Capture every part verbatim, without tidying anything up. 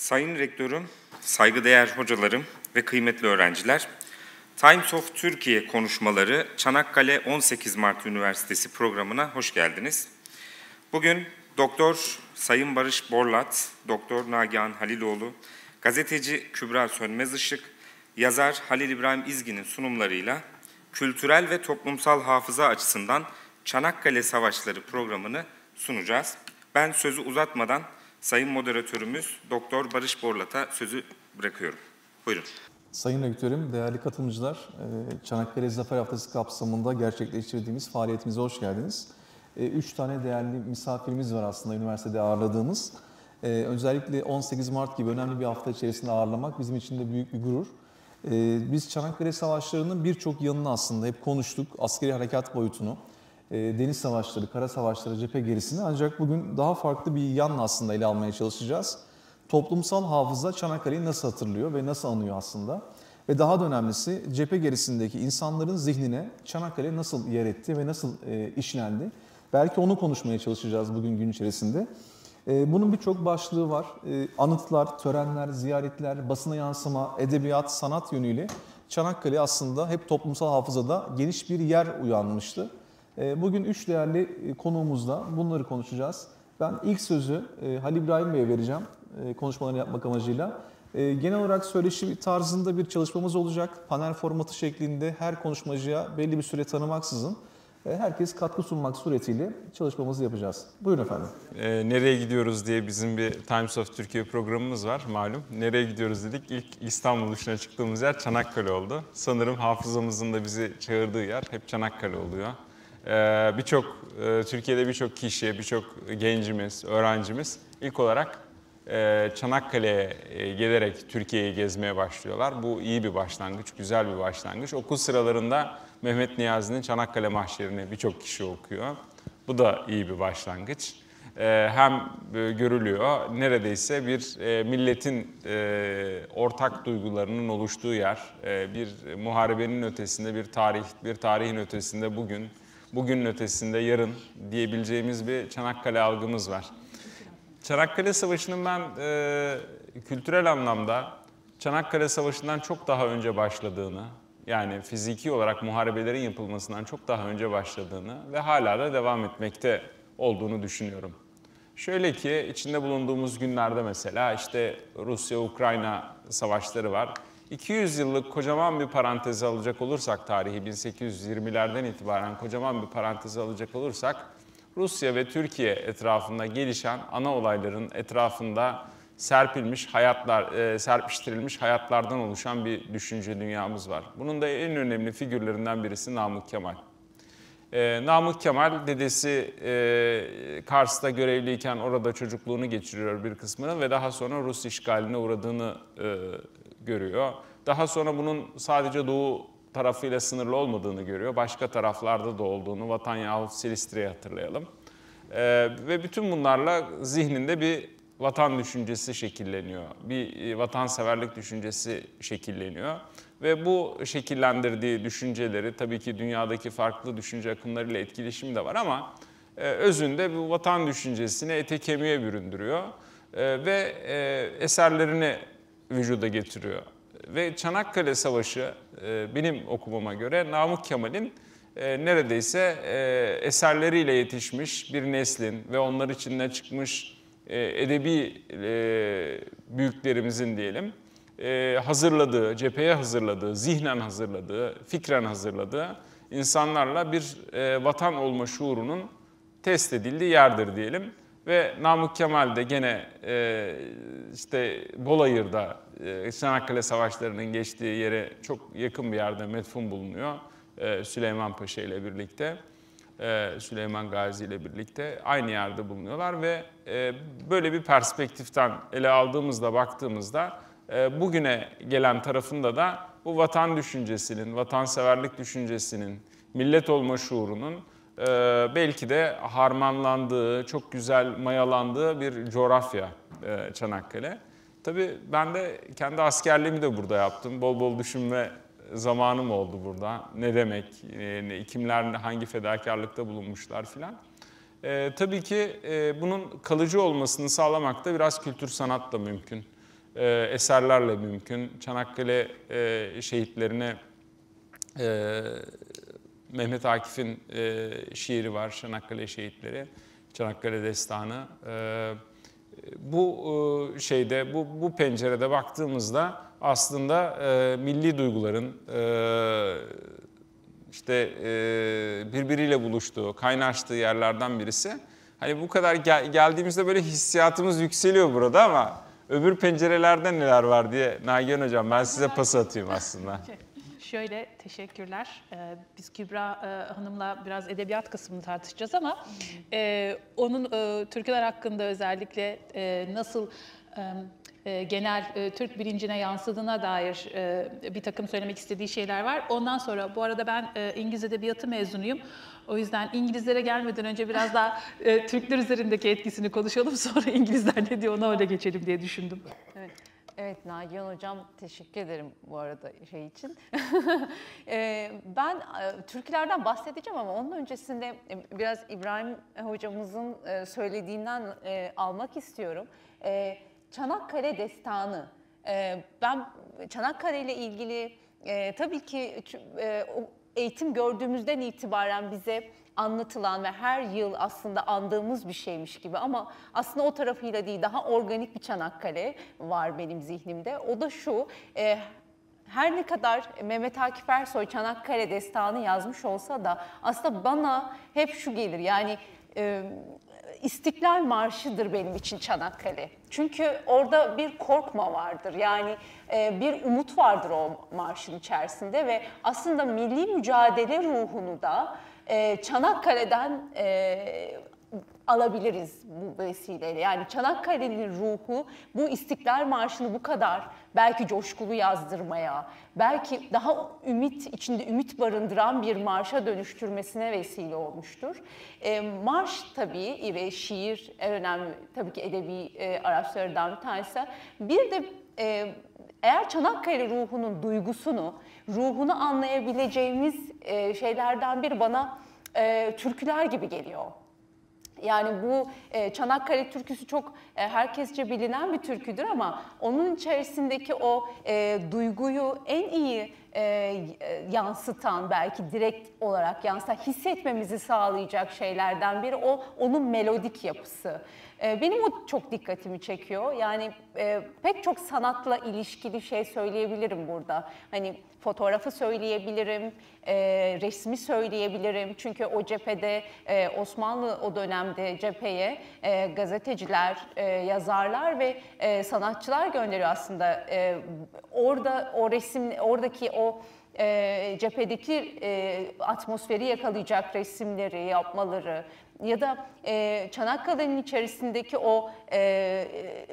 Sayın Rektörüm, saygıdeğer hocalarım ve kıymetli öğrenciler, Times of Türkiye konuşmaları Çanakkale on sekiz Mart Üniversitesi programına hoş geldiniz. Bugün Doktor Sayın Barış Borlat, Doktor Nagihan Haliloğlu, gazeteci Kübra Sönmezışık, yazar Halil İbrahim İzgin'in sunumlarıyla kültürel ve toplumsal hafıza açısından Çanakkale Savaşları programını sunacağız. Ben sözü uzatmadan Sayın Moderatörümüz Doktor Barış Borlat'a sözü bırakıyorum. Buyurun. Sayın Rektörüm, değerli katılımcılar, Çanakkale Zafer Haftası kapsamında gerçekleştirdiğimiz faaliyetimize hoş geldiniz. Üç tane değerli misafirimiz var aslında üniversitede ağırladığımız. Özellikle on sekiz Mart gibi önemli bir hafta içerisinde ağırlamak bizim için de büyük bir gurur. Biz Çanakkale Savaşları'nın birçok yanını aslında hep konuştuk. Askeri harekat boyutunu, deniz savaşları, kara savaşları, cephe gerisini, ancak bugün daha farklı bir yanla aslında ele almaya çalışacağız. Toplumsal hafıza Çanakkale'yi nasıl hatırlıyor ve nasıl anıyor aslında? Ve daha da önemlisi cephe gerisindeki insanların zihnine Çanakkale nasıl yer etti ve nasıl e, işlendi? Belki onu konuşmaya çalışacağız bugün gün içerisinde. E, bunun birçok başlığı var. E, anıtlar, törenler, ziyaretler, basına yansıma, edebiyat, sanat yönüyle Çanakkale aslında hep toplumsal hafızada geniş bir yer uyanmıştı. E, bugün üç değerli konuğumuzla bunları konuşacağız. Ben ilk sözü e, Halil İbrahim Bey'e vereceğim. Konuşmalarını yapmak amacıyla. Genel olarak söyleşi tarzında bir çalışmamız olacak. Panel formatı şeklinde her konuşmacıya belli bir süre tanımaksızın herkes katkı sunmak suretiyle çalışmamızı yapacağız. Buyurun efendim. E, nereye gidiyoruz diye bizim bir Times of Türkiye programımız var malum. Nereye gidiyoruz dedik. İlk İstanbul dışına çıktığımız yer Çanakkale oldu. Sanırım hafızamızın da bizi çağırdığı yer hep Çanakkale oluyor. E, birçok e, Türkiye'de birçok kişi, birçok gencimiz, öğrencimiz ilk olarak Çanakkale'ye gelerek Türkiye'yi gezmeye başlıyorlar. Bu iyi bir başlangıç, güzel bir başlangıç. Okul sıralarında Mehmet Niyazi'nin Çanakkale Mahşeri'ni birçok kişi okuyor. Bu da iyi bir başlangıç. Hem görülüyor, neredeyse bir milletin ortak duygularının oluştuğu yer, bir muharebenin ötesinde, bir tarih, bir tarihin ötesinde bugün, bugünün ötesinde yarın diyebileceğimiz bir Çanakkale algımız var. Çanakkale Savaşı'nın ben e, kültürel anlamda Çanakkale Savaşı'ndan çok daha önce başladığını, yani fiziki olarak muharebelerin yapılmasından çok daha önce başladığını ve hala da devam etmekte olduğunu düşünüyorum. Şöyle ki içinde bulunduğumuz günlerde mesela işte Rusya-Ukrayna savaşları var. iki yüz yıllık kocaman bir parantezi alacak olursak tarihi bin sekiz yüz yirmilerden itibaren kocaman bir parantezi alacak olursak Rusya ve Türkiye etrafında gelişen ana olayların etrafında serpilmiş hayatlar, e, serpiştirilmiş hayatlardan oluşan bir düşünce dünyamız var. Bunun da en önemli figürlerinden birisi Namık Kemal. E, Namık Kemal dedesi e, Kars'ta görevliyken orada çocukluğunu geçiriyor bir kısmını ve daha sonra Rus işgaline uğradığını e, görüyor. Daha sonra bunun sadece Doğu tarafıyla sınırlı olmadığını görüyor. Başka taraflarda da olduğunu, Vatan yahut Silistre'yi hatırlayalım. Ee, ve bütün bunlarla zihninde bir vatan düşüncesi şekilleniyor. Bir vatanseverlik düşüncesi şekilleniyor. Ve bu şekillendirdiği düşünceleri, tabii ki dünyadaki farklı düşünce akımlarıyla etkileşimi de var ama e, özünde bu vatan düşüncesini ete kemiğe büründürüyor. E, ve e, eserlerini vücuda getiriyor. Ve Çanakkale Savaşı benim okumama göre Namık Kemal'in neredeyse eserleriyle yetişmiş bir neslin ve onlar içinden çıkmış edebi büyüklerimizin diyelim hazırladığı, cepheye hazırladığı, zihnen hazırladığı, fikren hazırladığı insanlarla bir vatan olma şuurunun test edildiği yerdir diyelim. Ve Namık Kemal de gene e, işte Bolayır'da e, Çanakkale Savaşları'nın geçtiği yere çok yakın bir yerde metfun bulunuyor. E, Süleyman Paşa ile birlikte, e, Süleyman Gazi ile birlikte aynı yerde bulunuyorlar ve e, böyle bir perspektiften ele aldığımızda, baktığımızda e, bugüne gelen tarafında da bu vatan düşüncesinin, vatanseverlik düşüncesinin, millet olma şuurunun Ee, belki de harmanlandığı, çok güzel mayalandığı bir coğrafya e, Çanakkale. Tabii ben de kendi askerliğimi de burada yaptım. Bol bol düşünme zamanım oldu burada. Ne demek, e, kimler hangi fedakarlıkta bulunmuşlar filan. E, tabii ki e, bunun kalıcı olmasını sağlamak da biraz kültür sanatla mümkün. e, eserlerle mümkün. Çanakkale e, şehitlerine e, Mehmet Akif'in e, şiiri var, Çanakkale şehitleri, Çanakkale destanı. E, bu e, şeyde, bu, bu pencerede baktığımızda aslında e, milli duyguların e, işte e, birbiriyle buluştuğu, kaynaştığı yerlerden birisi. Hani bu kadar gel- geldiğimizde böyle hissiyatımız yükseliyor burada ama öbür pencerelerde neler var diye Nagihan Hocam ben size pas atayım aslında. Şöyle, teşekkürler. Ee, biz Kübra e, Hanım'la biraz edebiyat kısmını tartışacağız ama e, onun e, türküler hakkında özellikle e, nasıl e, genel e, Türk bilincine yansıdığına dair e, bir takım söylemek istediği şeyler var. Ondan sonra, bu arada ben e, İngiliz Edebiyatı mezunuyum. O yüzden İngilizlere gelmeden önce biraz daha e, Türkler üzerindeki etkisini konuşalım. Sonra İngilizler ne diyor ona öyle geçelim diye düşündüm. Evet. Evet Nagihan Hocam, teşekkür ederim bu arada şey için. e, ben e, türkülerden bahsedeceğim ama onun öncesinde e, biraz İbrahim Hocamızın e, söylediğinden e, almak istiyorum. E, Çanakkale Destanı. E, ben Çanakkale ile ilgili e, tabii ki e, o eğitim gördüğümüzden itibaren bize anlatılan ve her yıl aslında andığımız bir şeymiş gibi ama aslında o tarafıyla değil, daha organik bir Çanakkale var benim zihnimde. O da şu, e, her ne kadar Mehmet Akif Ersoy Çanakkale Destanı yazmış olsa da aslında bana hep şu gelir, yani e, İstiklal Marşı'dır benim için Çanakkale. Çünkü orada bir korkma vardır, yani e, bir umut vardır o marşın içerisinde ve aslında milli mücadele ruhunu da e, Çanakkale'den e, alabiliriz bu vesileyle. Yani Çanakkale'nin ruhu bu İstiklal Marşı'nı bu kadar belki coşkulu yazdırmaya, belki daha ümit, içinde ümit barındıran bir marşa dönüştürmesine vesile olmuştur. E, marş tabii ve şiir en önemli tabii ki edebi e, araçlarından bir tanesi. Bir de e, eğer Çanakkale ruhunun duygusunu, ruhunu anlayabileceğimiz e, şeylerden biri bana e, türküler gibi geliyor. Yani bu e, Çanakkale türküsü çok e, herkesçe bilinen bir türküdür ama onun içerisindeki o e, duyguyu en iyi e, yansıtan, belki direkt olarak yansıtan, hissetmemizi sağlayacak şeylerden biri o onun melodik yapısı. E, benim o çok dikkatimi çekiyor. Yani e, pek çok sanatla ilişkili şey söyleyebilirim burada. Hani fotoğrafı söyleyebilirim, e, resmi söyleyebilirim. Çünkü o cephede e, Osmanlı o dönemde cepheye e, gazeteciler, e, yazarlar ve e, sanatçılar gönderiyor aslında. E, orada o resim, oradaki o e, cephedeki e, atmosferi yakalayacak resimleri yapmaları ya da e, Çanakkale'nin içerisindeki o e,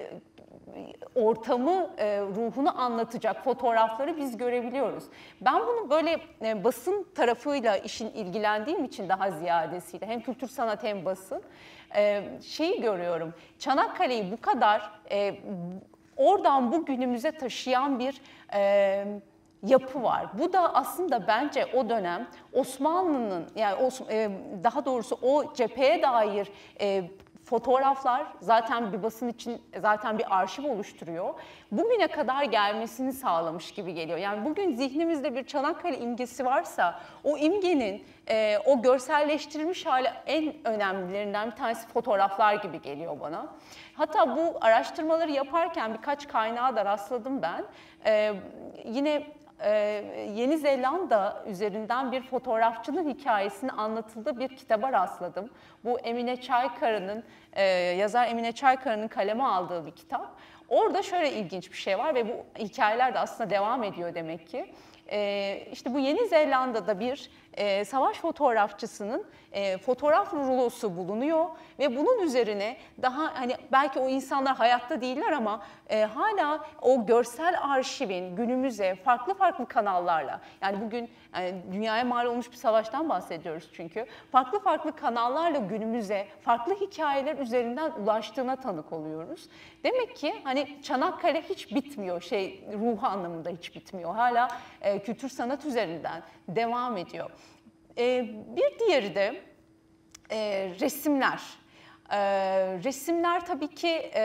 ortamı, e, ruhunu anlatacak fotoğrafları biz görebiliyoruz. Ben bunu böyle e, basın tarafıyla işin ilgilendiğim için daha ziyadesiyle hem kültür sanat hem basın e, şeyi görüyorum. Çanakkale'yi bu kadar e, oradan bugünümüze taşıyan bir e, yapı var. Bu da aslında bence o dönem Osmanlı'nın, yani daha doğrusu o cepheye dair e, fotoğraflar zaten bir basın için zaten bir arşiv oluşturuyor. Bugüne kadar gelmesini sağlamış gibi geliyor. Yani bugün zihnimizde bir Çanakkale imgesi varsa o imgenin e, o görselleştirilmiş hali en önemlilerinden bir tanesi fotoğraflar gibi geliyor bana. Hatta bu araştırmaları yaparken birkaç kaynağa da rastladım ben. E, yine Ee, Yeni Zelanda üzerinden bir fotoğrafçının hikayesini anlatıldığı bir kitaba rastladım. Bu Emine Çaykara'nın, e, yazar Emine Çaykara'nın kaleme aldığı bir kitap. Orada şöyle ilginç bir şey var ve bu hikayeler de aslında devam ediyor demek ki. Ee, işte bu Yeni Zelanda'da bir e, savaş fotoğrafçısının e, fotoğraf rulosu bulunuyor ve bunun üzerine daha hani belki o insanlar hayatta değiller ama e, hala o görsel arşivin günümüze farklı farklı kanallarla, yani bugün yani dünyaya mal olmuş bir savaştan bahsediyoruz çünkü, farklı farklı kanallarla günümüze farklı hikayeler üzerinden ulaştığına tanık oluyoruz. Demek ki hani Çanakkale hiç bitmiyor, şey ruhu anlamında hiç bitmiyor. Hala e, kültür sanat üzerinden devam ediyor. E, bir diğeri de e, resimler. E, resimler tabii ki e,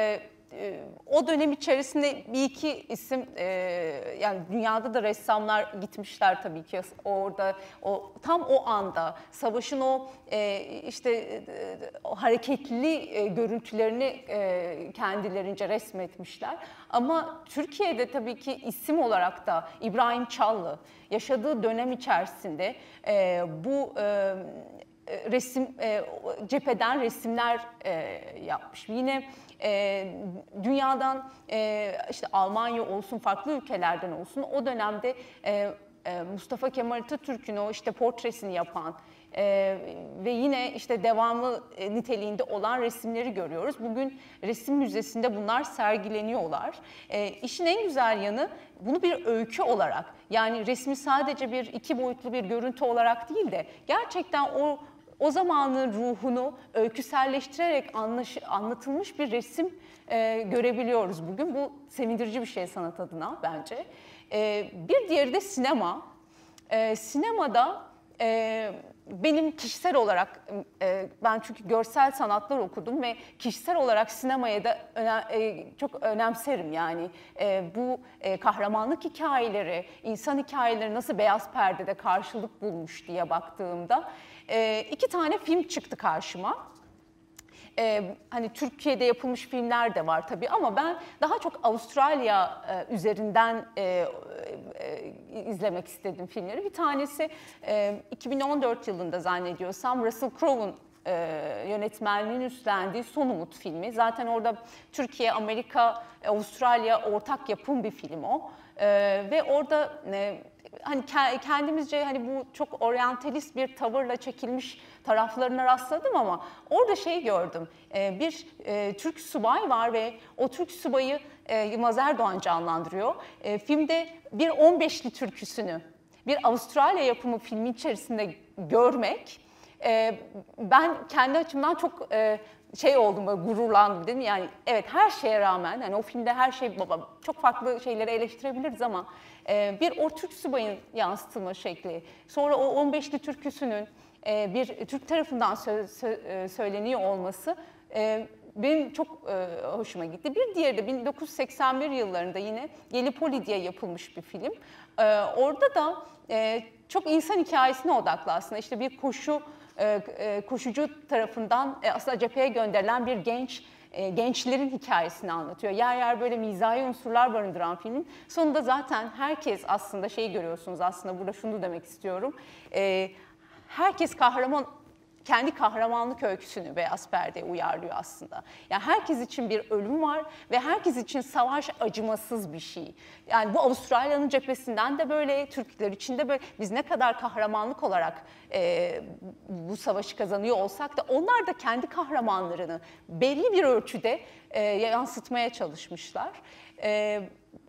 o dönem içerisinde bir iki isim, e, yani dünyada da ressamlar gitmişler tabii ki orada, o tam o anda savaşın o e, işte e, o hareketli e, görüntülerini e, kendilerince resmetmişler. Ama Türkiye'de tabii ki isim olarak da İbrahim Çallı yaşadığı dönem içerisinde e, bu e, resim e, cepheden resimler e, yapmış. Yine e, dünyadan e, işte Almanya olsun, farklı ülkelerden olsun o dönemde e, e, Mustafa Kemal Atatürk'ün o işte portresini yapan e, ve yine işte devamı e, niteliğinde olan resimleri görüyoruz. Bugün resim müzesinde bunlar sergileniyorlar. E, işin en güzel yanı bunu bir öykü olarak, yani resmi sadece bir iki boyutlu bir görüntü olarak değil de gerçekten o o zamanın ruhunu öyküselleştirerek anlaş, anlatılmış bir resim e, görebiliyoruz bugün. Bu sevindirici bir şey sanat adına bence. E, bir diğeri de sinema. E, sinemada e, benim kişisel olarak, e, ben çünkü görsel sanatlar okudum ve kişisel olarak sinemaya da öne, e, çok önemserim. Yani e, bu e, kahramanlık hikayeleri, insan hikayeleri nasıl beyaz perdede karşılık bulmuş diye baktığımda e, iki tane film çıktı karşıma. Ee, hani Türkiye'de yapılmış filmler de var tabii ama ben daha çok Avustralya e, üzerinden e, e, izlemek istedim filmleri. Bir tanesi e, iki bin on dört yılında zannediyorsam Russell Crowe'un e, yönetmenliğinin üstlendiği Son Umut filmi. Zaten orada Türkiye, Amerika, Avustralya ortak yapım bir film o. E, ve orada e, hani kendimizce hani bu çok oryantalist bir tavırla çekilmiş taraflarına rastladım ama orada şey gördüm. Bir e, Türk subay var ve o Türk subayı e, Yılmaz Erdoğan canlandırıyor. E, filmde bir on beşli türküsünü bir Avustralya yapımı filmin içerisinde görmek, e, ben kendi açımdan çok e, şey oldum, böyle gururlandım dedim. Yani evet, her şeye rağmen hani o filmde her şey, baba çok farklı şeyleri eleştirebiliriz ama e, bir o Türk subayın yansıtılma şekli, sonra o on beşli türküsünün e, bir Türk tarafından sö sö söyleniyor olması e, benim çok e, hoşuma gitti. Bir diğeri de bin dokuz yüz seksen bir yıllarında yine Gelipoli diye yapılmış bir film. E, orada da e, çok insan hikayesine odaklı aslında. İşte bir koşu e, e, koşucu tarafından e, aslında cepheye gönderilen bir genç e, gençlerin hikayesini anlatıyor. Yer yer böyle mizahi unsurlar barındıran filmin sonunda zaten herkes aslında şeyi görüyorsunuz, aslında burada şunu demek istiyorum. E, herkes kahraman, kendi kahramanlık öyküsünü beyaz perdeye uyarlıyor aslında. Yani herkes için bir ölüm var ve herkes için savaş acımasız bir şey. Yani bu Avustralya'nın cephesinden de böyle, Türkler için de böyle. Biz ne kadar kahramanlık olarak e, bu savaşı kazanıyor olsak da onlar da kendi kahramanlarını belli bir ölçüde e, yansıtmaya çalışmışlar. E,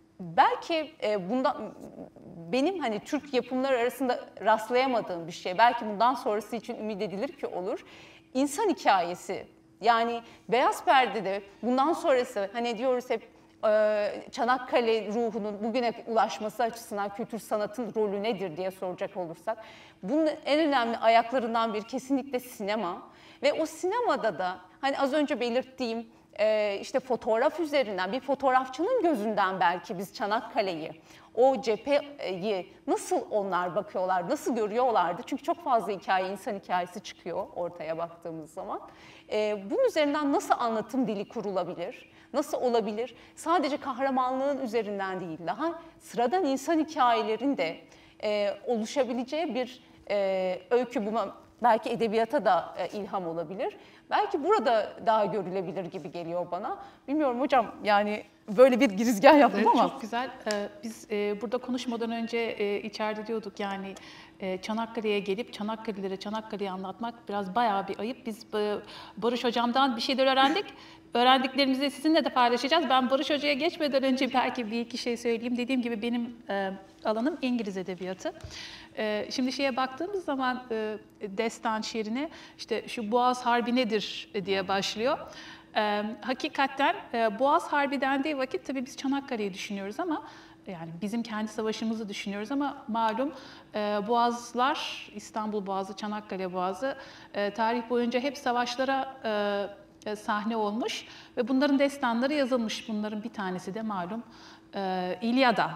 Belki e, bundan benim hani Türk yapımlar arasında rastlayamadığım bir şey, belki bundan sonrası için ümit edilir ki olur. İnsan hikayesi, yani beyaz perdede bundan sonrası hani diyoruz hep e, Çanakkale ruhunun bugüne ulaşması açısından kültür sanatın rolü nedir diye soracak olursak, bunun en önemli ayaklarından biri kesinlikle sinema ve o sinemada da hani az önce belirttiğim Ee, işte fotoğraf üzerinden, bir fotoğrafçının gözünden belki biz Çanakkale'yi, o cepheyi nasıl onlar bakıyorlar, nasıl görüyorlardı? Çünkü çok fazla hikaye, insan hikayesi çıkıyor ortaya baktığımız zaman. Ee, bunun üzerinden nasıl anlatım dili kurulabilir? Nasıl olabilir? Sadece kahramanlığın üzerinden değil, daha sıradan insan hikayelerinin de e, oluşabileceği bir e, öykü, buna belki edebiyata da e, ilham olabilir. Belki burada daha görülebilir gibi geliyor bana. Bilmiyorum hocam, yani böyle bir girizgah yaptım evet, ama. Çok güzel. Ee, biz e, burada konuşmadan önce e, içeride diyorduk yani e, Çanakkale'ye gelip Çanakkale'lere Çanakkale'yi anlatmak biraz bayağı bir ayıp. Biz e, Barış hocamdan bir şeyler öğrendik. Öğrendiklerimizi sizinle de paylaşacağız. Ben Barış hocaya geçmeden önce belki bir iki şey söyleyeyim. Dediğim gibi benim e, alanım İngiliz edebiyatı. E, şimdi şeye baktığımız zaman e, destan şiirine işte şu Boğaz Harbi nedir diye başlıyor. E, hakikaten e, Boğaz Harbi dendiği vakit tabii biz Çanakkale'yi düşünüyoruz ama yani bizim kendi savaşımızı düşünüyoruz ama malum e, boğazlar, İstanbul Boğazı, Çanakkale Boğazı e, tarih boyunca hep savaşlara e, e, sahne olmuş ve bunların destanları yazılmış. Bunların bir tanesi de malum e, İlyada.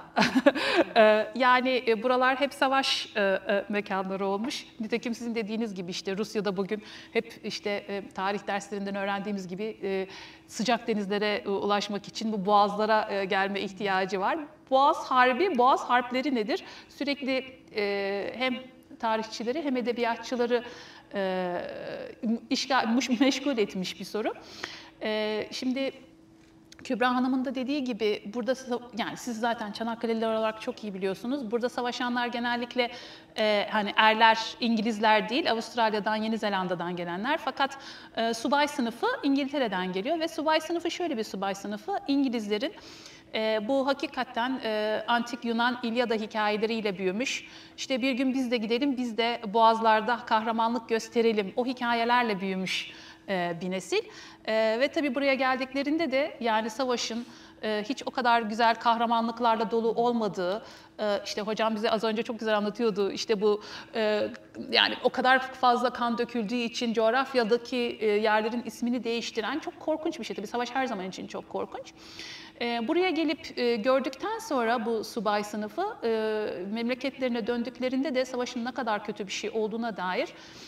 e, yani e, buralar hep savaş e, e, mekanları olmuş. Nitekim sizin dediğiniz gibi işte Rusya'da bugün hep işte e, tarih derslerinden öğrendiğimiz gibi e, sıcak denizlere e, ulaşmak için bu boğazlara e, gelme ihtiyacı var. Boğaz Harbi, Boğaz Harpleri nedir? Sürekli e, hem tarihçileri hem edebiyatçıları e, işgal, meşgul etmiş bir soru. E, şimdi Kübra Hanım'ın da dediği gibi burada, yani siz zaten Çanakkale'liler olarak çok iyi biliyorsunuz. Burada savaşanlar genellikle e, hani erler İngilizler değil, Avustralya'dan, Yeni Zelanda'dan gelenler. Fakat e, subay sınıfı İngiltere'den geliyor ve subay sınıfı şöyle bir subay sınıfı. İngilizlerin e, bu hakikaten e, antik Yunan İlyada hikayeleriyle büyümüş. İşte bir gün biz de gidelim, biz de boğazlarda kahramanlık gösterelim. O hikayelerle büyümüş bir nesil. Ee, ve tabii buraya geldiklerinde de yani savaşın e, hiç o kadar güzel kahramanlıklarla dolu olmadığı, e, işte hocam bize az önce çok güzel anlatıyordu, işte bu e, yani o kadar fazla kan döküldüğü için coğrafyadaki e, yerlerin ismini değiştiren çok korkunç bir şey. Tabii savaş her zaman için çok korkunç. E, buraya gelip e, gördükten sonra bu subay sınıfı e, memleketlerine döndüklerinde de savaşın ne kadar kötü bir şey olduğuna dair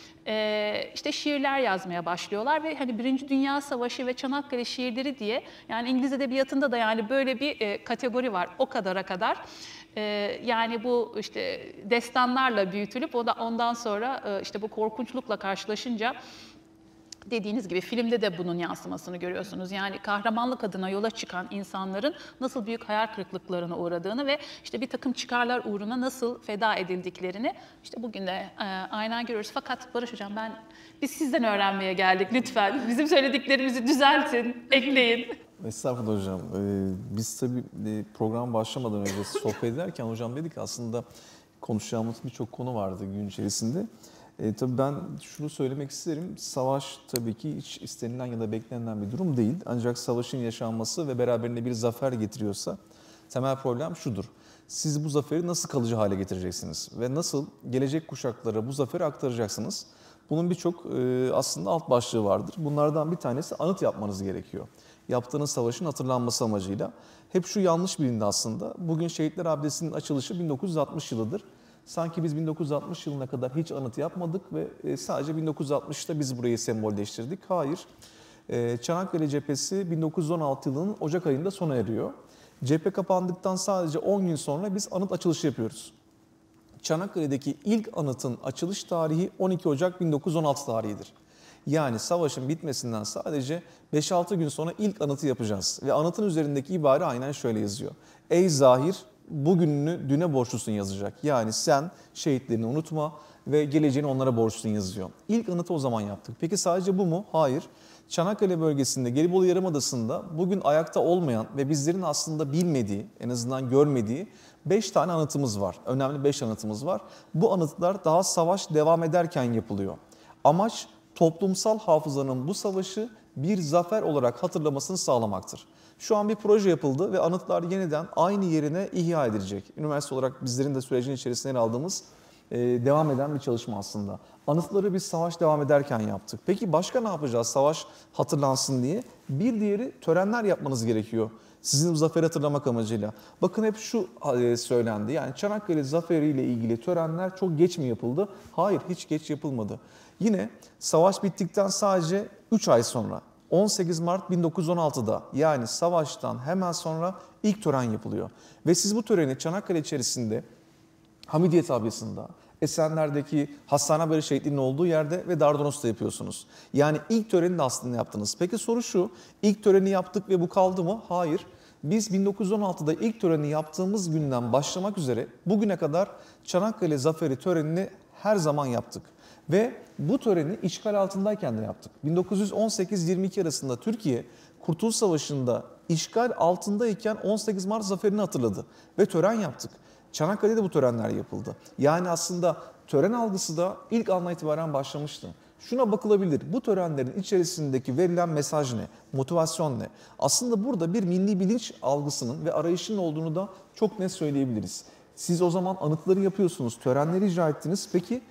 Ee, işte şiirler yazmaya başlıyorlar ve hani Birinci Dünya Savaşı ve Çanakkale şiirleri diye, yani İngiliz edebiyatında da yani böyle bir e, kategori var o kadara kadar. E, yani bu işte destanlarla büyütülüp o da ondan sonra e, işte bu korkunçlukla karşılaşınca, dediğiniz gibi filmde de bunun yansımasını görüyorsunuz. Yani kahramanlık adına yola çıkan insanların nasıl büyük hayal kırıklıklarına uğradığını ve işte bir takım çıkarlar uğruna nasıl feda edildiklerini işte bugün de e, aynen görüyoruz. Fakat Barış Hocam, ben biz sizden öğrenmeye geldik. Lütfen bizim söylediklerimizi düzeltin, ekleyin. Estağfurullah hocam. Ee, biz tabii program başlamadan önce sohbet ederken hocam dedik aslında konuşacağımız birçok konu vardı gün içerisinde. E, tabii ben şunu söylemek isterim, savaş tabii ki hiç istenilen ya da beklenilen bir durum değil. Ancak savaşın yaşanması ve beraberinde bir zafer getiriyorsa temel problem şudur. Siz bu zaferi nasıl kalıcı hale getireceksiniz ve nasıl gelecek kuşaklara bu zaferi aktaracaksınız? Bunun birçok e, aslında alt başlığı vardır. Bunlardan bir tanesi anıt yapmanız gerekiyor. Yaptığınız savaşın hatırlanması amacıyla. Hep şu yanlış bilindi aslında. Bugün Şehitler Abidesi'nin açılışı bin dokuz yüz altmış yılıdır. Sanki biz bin dokuz yüz altmış yılına kadar hiç anıt yapmadık ve sadece bin dokuz yüz altmışta biz burayı sembolleştirdik. Hayır, Çanakkale cephesi bin dokuz yüz on altı yılının Ocak ayında sona eriyor. Cephe kapandıktan sadece on gün sonra biz anıt açılışı yapıyoruz. Çanakkale'deki ilk anıtın açılış tarihi on iki Ocak bin dokuz yüz on altı tarihidir. Yani savaşın bitmesinden sadece beş altı gün sonra ilk anıtı yapacağız. Ve anıtın üzerindeki ibare aynen şöyle yazıyor. Ey Zahir, bugününü düne borçlusun yazacak. Yani sen şehitlerini unutma ve geleceğini onlara borçlusun yazıyor. İlk anıtı o zaman yaptık. Peki sadece bu mu? Hayır. Çanakkale bölgesinde, Gelibolu Yarımadası'nda bugün ayakta olmayan ve bizlerin aslında bilmediği, en azından görmediği beş tane anıtımız var. Önemli beş anıtımız var. Bu anıtlar daha savaş devam ederken yapılıyor. Amaç toplumsal hafızanın bu savaşı bir zafer olarak hatırlamasını sağlamaktır. Şu an bir proje yapıldı ve anıtlar yeniden aynı yerine ihya edilecek. Üniversite olarak bizlerin de sürecin içerisinde yer aldığımız e, devam eden bir çalışma aslında. Anıtları biz savaş devam ederken yaptık. Peki başka ne yapacağız savaş hatırlansın diye? Bir diğeri törenler yapmanız gerekiyor. Sizin bu zaferi hatırlamak amacıyla. Bakın hep şu e, söylendi. Yani Çanakkale Zaferi ile ilgili törenler çok geç mi yapıldı? Hayır, hiç geç yapılmadı. Yine savaş bittikten sadece üç ay sonra on sekiz Mart bin dokuz yüz on altıda yani savaştan hemen sonra ilk tören yapılıyor. Ve siz bu töreni Çanakkale içerisinde Hamidiye tabyasında, Esenler'deki Hastanebaşı şehitliğinin olduğu yerde ve Dardanos'ta yapıyorsunuz. Yani ilk töreni de aslında yaptınız. Peki soru şu, ilk töreni yaptık ve bu kaldı mı? Hayır. Biz bin dokuz yüz on altıda ilk töreni yaptığımız günden başlamak üzere bugüne kadar Çanakkale Zaferi törenini her zaman yaptık. Ve bu töreni işgal altındayken de yaptık. bin dokuz yüz on sekiz yirmi iki arasında Türkiye Kurtuluş Savaşı'nda işgal altındayken on sekiz Mart zaferini hatırladı ve tören yaptık. Çanakkale'de bu törenler yapıldı. Yani aslında tören algısı da ilk andan itibaren başlamıştı. Şuna bakılabilir, bu törenlerin içerisindeki verilen mesaj ne, motivasyon ne? Aslında burada bir milli bilinç algısının ve arayışının olduğunu da çok net söyleyebiliriz. Siz o zaman anıtları yapıyorsunuz, törenleri icra ettiniz. Peki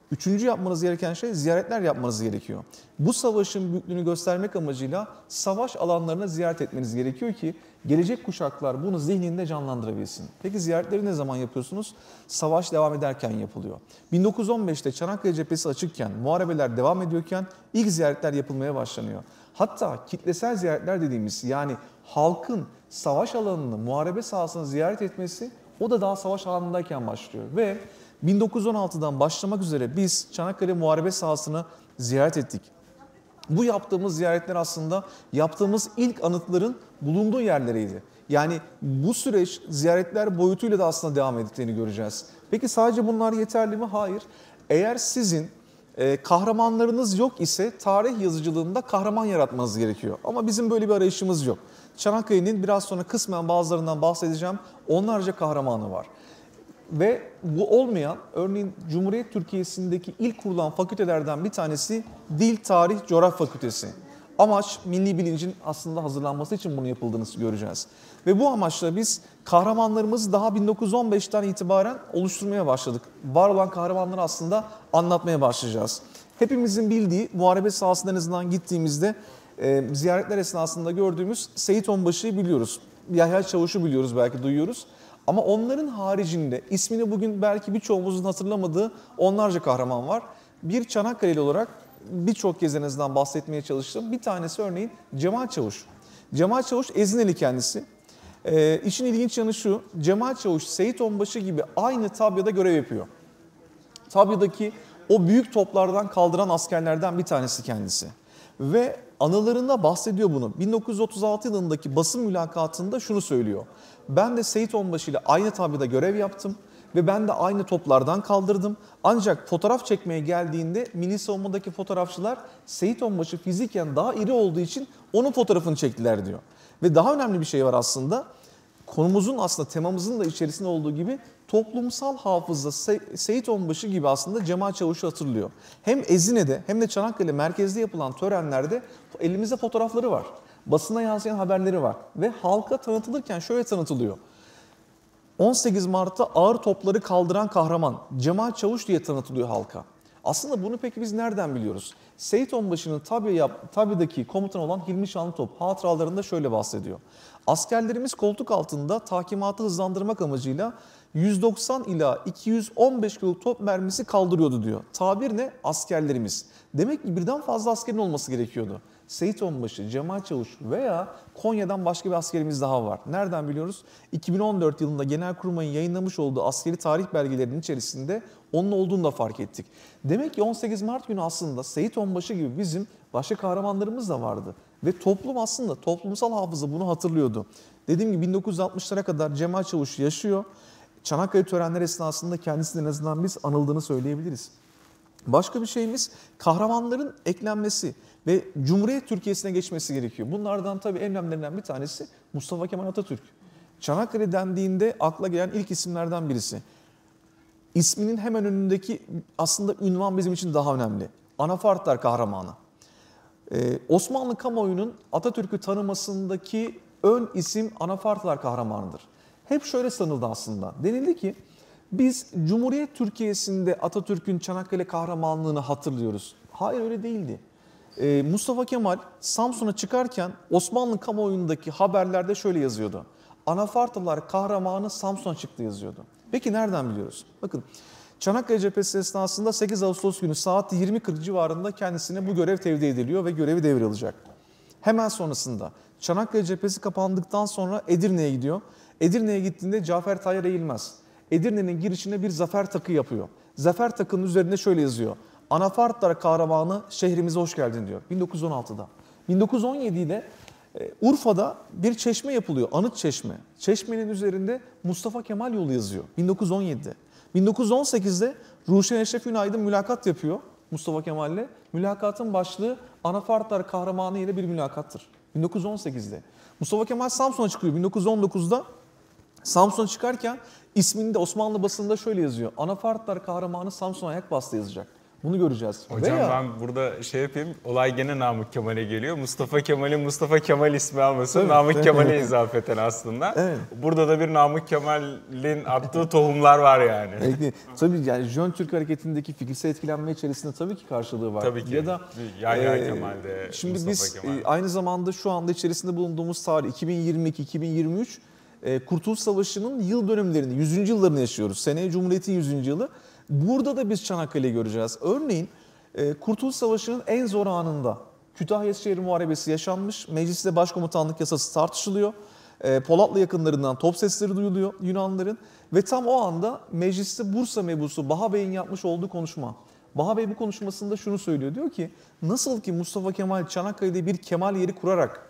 Üçüncü yapmanız gereken şey ziyaretler yapmanız gerekiyor. Bu savaşın büyüklüğünü göstermek amacıyla savaş alanlarına ziyaret etmeniz gerekiyor ki gelecek kuşaklar bunu zihninde canlandırabilsin. Peki ziyaretleri ne zaman yapıyorsunuz? Savaş devam ederken yapılıyor. bin dokuz yüz on beşte Çanakkale cephesi açıkken, muharebeler devam ediyorken ilk ziyaretler yapılmaya başlanıyor. Hatta kitlesel ziyaretler dediğimiz, yani halkın savaş alanını, muharebe sahasını ziyaret etmesi o da daha savaş alanındayken başlıyor. Ve bin dokuz yüz on altıdan başlamak üzere biz Çanakkale muharebe sahasını ziyaret ettik. Bu yaptığımız ziyaretler aslında yaptığımız ilk anıtların bulunduğu yerleriydi. Yani bu süreç ziyaretler boyutuyla da aslında devam ettiğini göreceğiz. Peki sadece bunlar yeterli mi? Hayır. Eğer sizin e, kahramanlarınız yok ise tarih yazıcılığında kahraman yaratmanız gerekiyor. Ama bizim böyle bir arayışımız yok. Çanakkale'nin biraz sonra kısmen bazılarından bahsedeceğim. Onlarca kahramanı var. Ve bu olmayan, örneğin Cumhuriyet Türkiye'sindeki ilk kurulan fakültelerden bir tanesi Dil, Tarih, Coğrafya Fakültesi. Amaç milli bilincin aslında hazırlanması için bunu yapıldığını göreceğiz. Ve bu amaçla biz kahramanlarımızı daha bin dokuz yüz on beşten itibaren oluşturmaya başladık. Var olan kahramanları aslında anlatmaya başlayacağız. Hepimizin bildiği muharebe sahasına en azından gittiğimizde e, ziyaretler esnasında gördüğümüz Seyit Onbaşı'yı biliyoruz. Yahya Çavuş'u biliyoruz, belki duyuyoruz. Ama onların haricinde ismini bugün belki birçoğumuzun hatırlamadığı onlarca kahraman var. Bir Çanakkale'li olarak birçok kez en azından bahsetmeye çalıştım. Bir tanesi örneğin Cemal Çavuş. Cemal Çavuş Ezineli kendisi. Ee, işin ilginç yanı şu, Cemal Çavuş Seyit Onbaşı gibi aynı Tabya'da görev yapıyor. Tabya'daki o büyük toplardan kaldıran askerlerden bir tanesi kendisi. Ve anılarında bahsediyor bunu. bin dokuz yüz otuz altı yılındaki basın mülakatında şunu söylüyor. Ben de Seyit Onbaşı ile aynı tabyada görev yaptım ve ben de aynı toplardan kaldırdım. Ancak fotoğraf çekmeye geldiğinde milli savunmadaki fotoğrafçılar Seyit Onbaşı fiziken daha iri olduğu için onun fotoğrafını çektiler diyor. Ve daha önemli bir şey var aslında. Konumuzun aslında temamızın da içerisinde olduğu gibi toplumsal hafıza Seyit Onbaşı gibi aslında Cemal Çavuş'u hatırlıyor. Hem Ezine'de hem de Çanakkale merkezde yapılan törenlerde elimizde fotoğrafları var. Basına yansıyan haberleri var ve halka tanıtılırken şöyle tanıtılıyor. on sekiz Mart'ta ağır topları kaldıran kahraman Cemal Çavuş diye tanıtılıyor halka. Aslında bunu peki biz nereden biliyoruz? Seyit Onbaşı'nın Tabya'daki komutan olan Hilmi Şanlıtop hatıralarında şöyle bahsediyor. Askerlerimiz koltuk altında tahkimatı hızlandırmak amacıyla yüz doksan ila iki yüz on beş kiloluk top mermisi kaldırıyordu diyor. Tabir ne? Askerlerimiz. Demek ki birden fazla askerin olması gerekiyordu. Seyit Onbaşı, Cemal Çavuş veya Konya'dan başka bir askerimiz daha var. Nereden biliyoruz? iki bin on dört yılında Genelkurmay'ın yayınlamış olduğu askeri tarih belgelerinin içerisinde onun olduğunu da fark ettik. Demek ki on sekiz Mart günü aslında Seyit Onbaşı gibi bizim başka kahramanlarımız da vardı. Ve toplum aslında, toplumsal hafıza bunu hatırlıyordu. Dediğim gibi bin dokuz yüz altmışlara kadar Cemal Çavuş yaşıyor. Çanakkale törenleri esnasında kendisinin en azından biz anıldığını söyleyebiliriz. Başka bir şeyimiz kahramanların eklenmesi ve Cumhuriyet Türkiye'sine geçmesi gerekiyor. Bunlardan tabii en önemlilerinden bir tanesi Mustafa Kemal Atatürk. Çanakkale dendiğinde akla gelen ilk isimlerden birisi. İsminin hemen önündeki aslında ünvan bizim için daha önemli. Anafartlar kahramanı. Ee, Osmanlı kamuoyunun Atatürk'ü tanımasındaki ön isim Anafartlar kahramanıdır. Hep şöyle sanıldı aslında. Denildi ki biz Cumhuriyet Türkiye'sinde Atatürk'ün Çanakkale kahramanlığını hatırlıyoruz. Hayır, öyle değildi. Ee, Mustafa Kemal Samsun'a çıkarken Osmanlı kamuoyundaki haberlerde şöyle yazıyordu. Anafartlılar kahramanı Samsun'a çıktı yazıyordu. Peki nereden biliyoruz? Bakın Çanakkale cephesi esnasında sekiz Ağustos günü saat yirmi kırk civarında kendisine bu görev tevdi ediliyor ve görevi devralacak. Hemen sonrasında Çanakkale cephesi kapandıktan sonra Edirne'ye gidiyor. Edirne'ye gittiğinde Cafer Tayyar Eğilmez Edirne'nin girişine bir zafer takı yapıyor. Zafer takının üzerinde şöyle yazıyor. Anafartlar kahramanı şehrimize hoş geldin diyor bin dokuz yüz on altıda. bin dokuz yüz on yedi'de e, Urfa'da bir çeşme yapılıyor. Anıt çeşme. Çeşmenin üzerinde Mustafa Kemal yolu yazıyor bin dokuz yüz on yedi'de. bin dokuz yüz on sekiz'de Ruşen Eşref Ünaydın mülakat yapıyor Mustafa Kemal'le. Mülakatın başlığı Anafartlar kahramanı ile bir mülakattır. bin dokuz yüz on sekiz'de. Mustafa Kemal Samsun'a çıkıyor bin dokuz yüz on dokuz'da. Samsun'a çıkarken ismini de Osmanlı basınında şöyle yazıyor. Anafartlar kahramanı Samsun'a ayak bastı yazacak. Bunu göreceğiz. Hocam Veya, ben burada şey yapayım, olay gene Namık Kemal'e geliyor. Mustafa Kemal'in Mustafa Kemal ismi alması Evet, Namık evet. Kemal'e izafeten aslında. Evet. Burada da bir Namık Kemal'in attığı tohumlar var yani. Belki, tabii yani Jön Türk hareketindeki fikirsel etkilenme içerisinde tabii ki karşılığı var. Tabii ki. Ya da Yahya e, Kemal'de, şimdi Mustafa biz Kemal. e, aynı zamanda şu anda içerisinde bulunduğumuz tarih iki bin yirmi iki iki bin yirmi üç e, Kurtuluş Savaşı'nın yıl dönümlerini, yüzüncü yıllarını yaşıyoruz. Seneye Cumhuriyet'in yüzüncü yılı. Burada da biz Çanakkale'yi göreceğiz. Örneğin e, Kurtuluş Savaşı'nın en zor anında Kütahya Şehir Muharebesi yaşanmış. Mecliste Başkomutanlık yasası tartışılıyor. E, Polatlı yakınlarından top sesleri duyuluyor Yunanlıların. Ve tam o anda mecliste Bursa mebusu Baha Bey'in yapmış olduğu konuşma. Baha Bey bu konuşmasında şunu söylüyor. Diyor ki nasıl ki Mustafa Kemal Çanakkale'de bir kemal yeri kurarak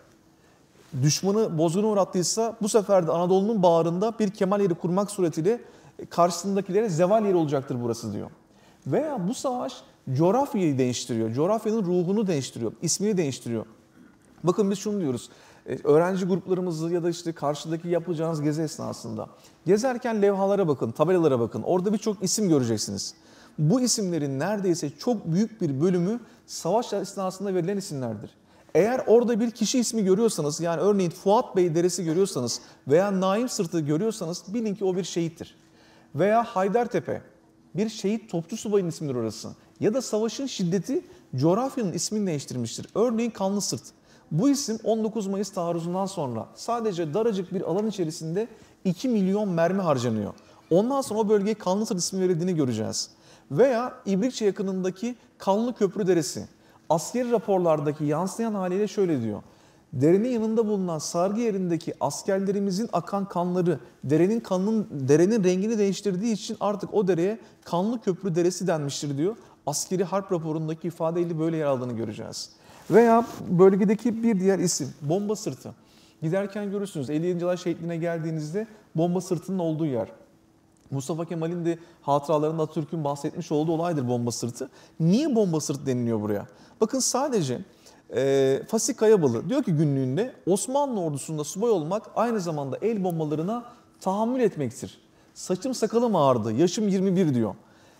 düşmanı bozguna uğrattıysa bu sefer de Anadolu'nun bağrında bir kemal yeri kurmak suretiyle karşısındakilere zeval yeri olacaktır burası diyor. Veya bu savaş coğrafyayı değiştiriyor. Coğrafyanın ruhunu değiştiriyor. İsmini değiştiriyor. Bakın biz şunu diyoruz. Öğrenci gruplarımızı ya da işte karşıdaki yapacağınız gezi esnasında gezerken levhalara bakın, tabelalara bakın. Orada birçok isim göreceksiniz. Bu isimlerin neredeyse çok büyük bir bölümü savaş esnasında verilen isimlerdir. Eğer orada bir kişi ismi görüyorsanız, yani örneğin Fuat Bey Deresi görüyorsanız veya Naim Sırtı görüyorsanız bilin ki o bir şehittir. Veya Haydartepe, bir şehit topçu subayın ismidir orası. Ya da savaşın şiddeti coğrafyanın ismini değiştirmiştir. Örneğin Kanlısırt. Bu isim on dokuz Mayıs taarruzundan sonra sadece daracık bir alan içerisinde iki milyon mermi harcanıyor. Ondan sonra o bölgeye Kanlısırt ismi verildiğini göreceğiz. Veya İbrikçe yakınındaki Kanlı Köprü Deresi. Askeri raporlardaki yansıyan haliyle şöyle diyor. Derenin yanında bulunan sargı yerindeki askerlerimizin akan kanları derenin kanının derenin rengini değiştirdiği için artık o dereye Kanlı Köprü Deresi denmiştir diyor. Askeri harp raporundaki ifadeyle böyle yer aldığını göreceğiz. Veya bölgedeki bir diğer isim Bomba Sırtı. Giderken görürsünüz elli yedinci alay şehitliğine geldiğinizde Bomba Sırtı'nın olduğu yer. Mustafa Kemal'in de hatıralarında Atatürk'ün bahsetmiş olduğu olaydır Bomba Sırtı. Niye Bomba Sırtı deniliyor buraya? Bakın sadece e, Fasih Kayabalı diyor ki günlüğünde Osmanlı ordusunda subay olmak aynı zamanda el bombalarına tahammül etmektir. Saçım sakalım ağrıdı, yaşım yirmi bir diyor.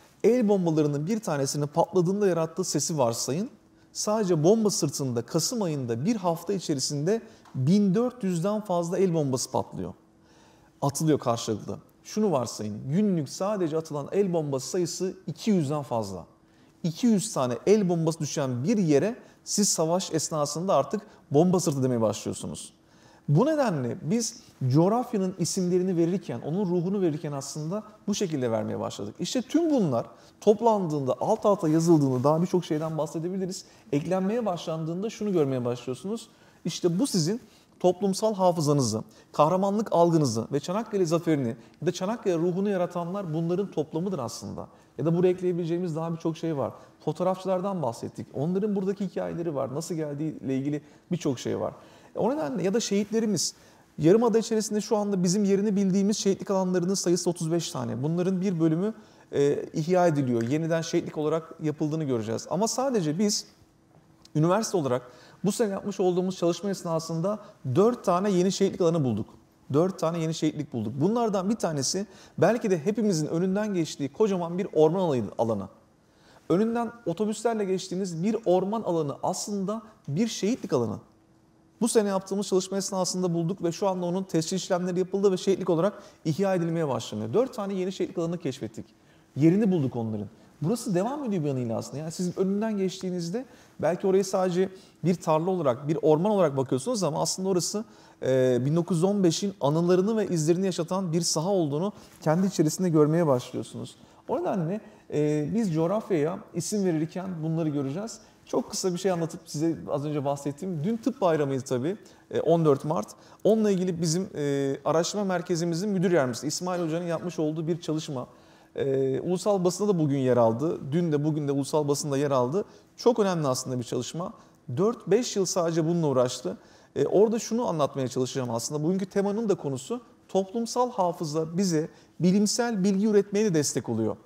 El bombalarının bir tanesinin patladığında yarattığı sesi varsayın. Sadece Bomba Sırtı'nda Kasım ayında bir hafta içerisinde bin dört yüzden fazla el bombası patlıyor. Atılıyor karşılıklı. Şunu varsayın, günlük sadece atılan el bombası sayısı iki yüzden fazla. iki yüz tane el bombası düşen bir yere siz savaş esnasında artık Bomba Sırtı demeye başlıyorsunuz. Bu nedenle biz coğrafyanın isimlerini verirken, onun ruhunu verirken aslında bu şekilde vermeye başladık. İşte tüm bunlar toplandığında, alt alta yazıldığında daha birçok şeyden bahsedebiliriz. Eklenmeye başlandığında şunu görmeye başlıyorsunuz. İşte bu sizin toplumsal hafızanızı, kahramanlık algınızı ve Çanakkale zaferini ya da Çanakkale ruhunu yaratanlar bunların toplamıdır aslında. Ya da buraya ekleyebileceğimiz daha birçok şey var. Fotoğrafçılardan bahsettik. Onların buradaki hikayeleri var. Nasıl geldiğiyle ilgili birçok şey var. O nedenle ya da şehitlerimiz. Yarımada içerisinde şu anda bizim yerini bildiğimiz şehitlik alanlarının sayısı otuz beş tane. Bunların bir bölümü e, ihya ediliyor. Yeniden şehitlik olarak yapıldığını göreceğiz. Ama sadece biz üniversite olarak bu sene yapmış olduğumuz çalışma esnasında dört tane yeni şehitlik alanı bulduk. dört tane yeni şehitlik bulduk. Bunlardan bir tanesi belki de hepimizin önünden geçtiği kocaman bir orman alanı. Önünden otobüslerle geçtiğiniz bir orman alanı aslında bir şehitlik alanı. Bu sene yaptığımız çalışma esnasında bulduk ve şu anda onun tescil işlemleri yapıldı ve şehitlik olarak ihya edilmeye başlanıyor. Dört tane yeni şehitlik alanı keşfettik. Yerini bulduk onların. Burası devam ediyor bir yanıyla aslında. Yani siz önünden geçtiğinizde belki orayı sadece bir tarla olarak, bir orman olarak bakıyorsunuz ama aslında orası bin dokuz yüz on beşin anılarını ve izlerini yaşatan bir saha olduğunu kendi içerisinde görmeye başlıyorsunuz. O nedenle biz coğrafyaya isim verirken bunları göreceğiz. Çok kısa bir şey anlatıp size az önce bahsettiğim, dün tıp bayramıydı tabii, on dört Mart. Onunla ilgili bizim araştırma merkezimizin müdür yardımcısı İsmail Hoca'nın yapmış olduğu bir çalışma. Ee, ulusal basında da bugün yer aldı. Dün de bugün de ulusal basında yer aldı. Çok önemli aslında bir çalışma. dört beş yıl sadece bununla uğraştı. Ee, orada şunu anlatmaya çalışacağım aslında. Bugünkü temanın da konusu toplumsal hafıza bize bilimsel bilgi üretmeye de destek oluyor.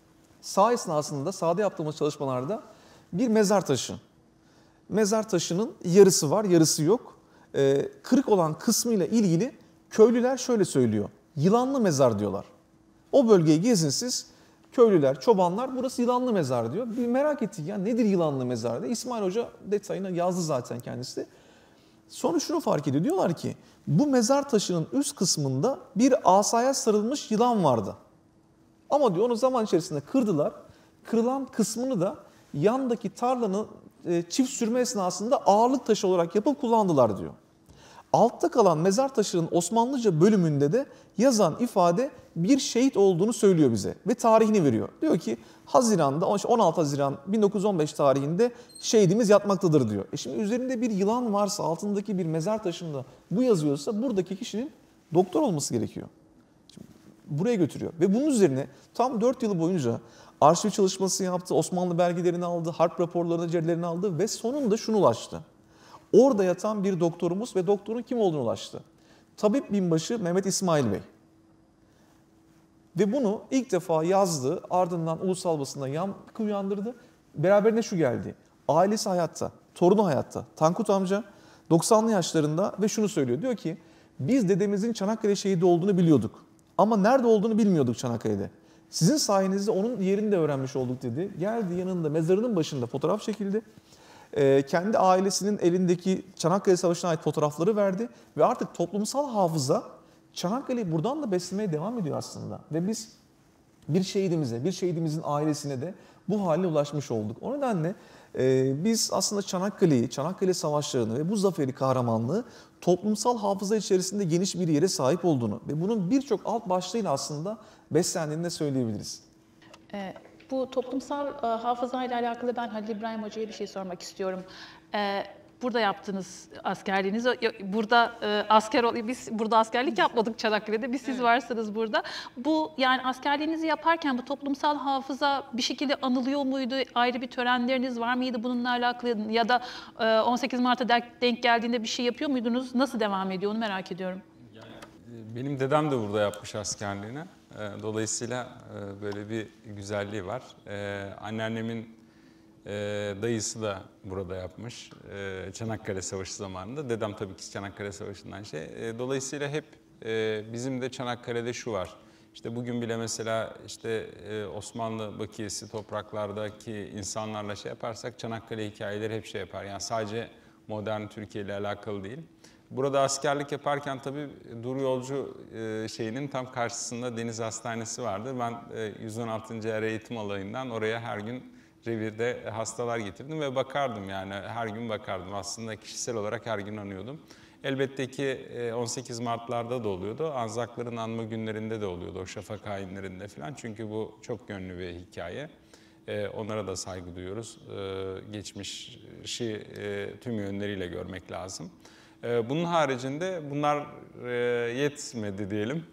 Sağ esnasında, sahada yaptığımız çalışmalarda bir mezar taşı. Mezar taşının yarısı var, yarısı yok. Ee, kırık olan kısmıyla ilgili köylüler şöyle söylüyor. Yılanlı mezar diyorlar. O bölgeyi gezin siz, köylüler, çobanlar burası yılanlı mezar diyor. Bir merak ettik ya nedir yılanlı mezar diye. İsmail Hoca detayını yazdı zaten kendisi. Sonra şunu fark ediyor. Diyorlar ki bu mezar taşının üst kısmında bir asaya sarılmış yılan vardı. Ama diyor onu zaman içerisinde kırdılar. Kırılan kısmını da yandaki tarlanın e, çift sürme esnasında ağırlık taşı olarak yapıp kullandılar diyor. Altta kalan mezar taşının Osmanlıca bölümünde de yazan ifade bir şehit olduğunu söylüyor bize ve tarihini veriyor. Diyor ki Haziran'da on altı Haziran bin dokuz yüz on beş tarihinde şehidimiz yatmaktadır diyor. E şimdi üzerinde bir yılan varsa altındaki bir mezar taşında bu yazıyorsa buradaki kişinin doktor olması gerekiyor. Şimdi buraya götürüyor ve bunun üzerine tam dört yıl boyunca arşiv çalışması yaptı, Osmanlı belgelerini aldı, harp raporlarını, cerilerini aldı ve sonunda şunu ulaştı. Orada yatan bir doktorumuz ve doktorun kim olduğunu ulaştı. Tabip binbaşı Mehmet İsmail Bey. Ve bunu ilk defa yazdı, ardından ulusal basında yankı uyandırdı. Beraberine şu geldi. Ailesi hayatta, torunu hayatta. Tankut amca doksanlı yaşlarında ve şunu söylüyor. Diyor ki biz dedemizin Çanakkale şehidi olduğunu biliyorduk. Ama nerede olduğunu bilmiyorduk Çanakkale'de. Sizin sayenizde onun yerini de öğrenmiş olduk dedi. Geldi yanında mezarının başında fotoğraf çekildi. Ee, kendi ailesinin elindeki Çanakkale Savaşı'na ait fotoğrafları verdi. Ve artık toplumsal hafıza Çanakkale'yi buradan da beslemeye devam ediyor aslında. Ve biz bir şehidimize, bir şehidimizin ailesine de bu hale ulaşmış olduk. O nedenle e, biz aslında Çanakkale'yi, Çanakkale Savaşları'nı ve bu zaferi, kahramanlığı toplumsal hafıza içerisinde geniş bir yere sahip olduğunu ve bunun birçok alt başlığıyla aslında beslendiğini de söyleyebiliriz. Ee, bu toplumsal e, hafıza ile alakalı ben Halil İbrahim Hoca'ya bir şey sormak istiyorum. Ee, Burada yaptınız askerliğinizi. Burada e, asker biz burada askerlik yapmadık Çanakkale'de. Biz siz evet. varsınız burada. Bu yani askerliğinizi yaparken bu toplumsal hafıza bir şekilde anılıyor muydu? Ayrı bir törenleriniz var mıydı bununla alakalı ya da e, on sekiz Mart'a denk geldiğinde bir şey yapıyor muydunuz? Nasıl devam ediyor onu merak ediyorum. Yani, benim dedem de burada yapmış askerliğini. Dolayısıyla böyle bir güzelliği var. Anneannemin Ee, dayısı da burada yapmış ee, Çanakkale Savaşı zamanında. Dedem tabii ki Çanakkale Savaşı'ndan şey. Ee, dolayısıyla hep e, bizim de Çanakkale'de şu var. İşte bugün bile mesela işte e, Osmanlı bakiyesi topraklardaki insanlarla şey yaparsak Çanakkale hikayeleri hep şey yapar. Yani sadece modern Türkiye ile alakalı değil. Burada askerlik yaparken tabii Dur Yolcu e, şeyinin tam karşısında Deniz Hastanesi vardı. Ben e, yüz on altıncı Er Eğitim Alayı'ndan oraya her gün revirde hastalar getirdim ve bakardım yani her gün bakardım. Aslında kişisel olarak her gün anıyordum. Elbette ki on sekiz Mart'larda da oluyordu. Anzakların anma günlerinde de oluyordu. O şafak ayinlerinde falan. Çünkü bu çok yönlü bir hikaye. Onlara da saygı duyuyoruz. Geçmişi tüm yönleriyle görmek lazım. Bunun haricinde bunlar yetmedi diyelim.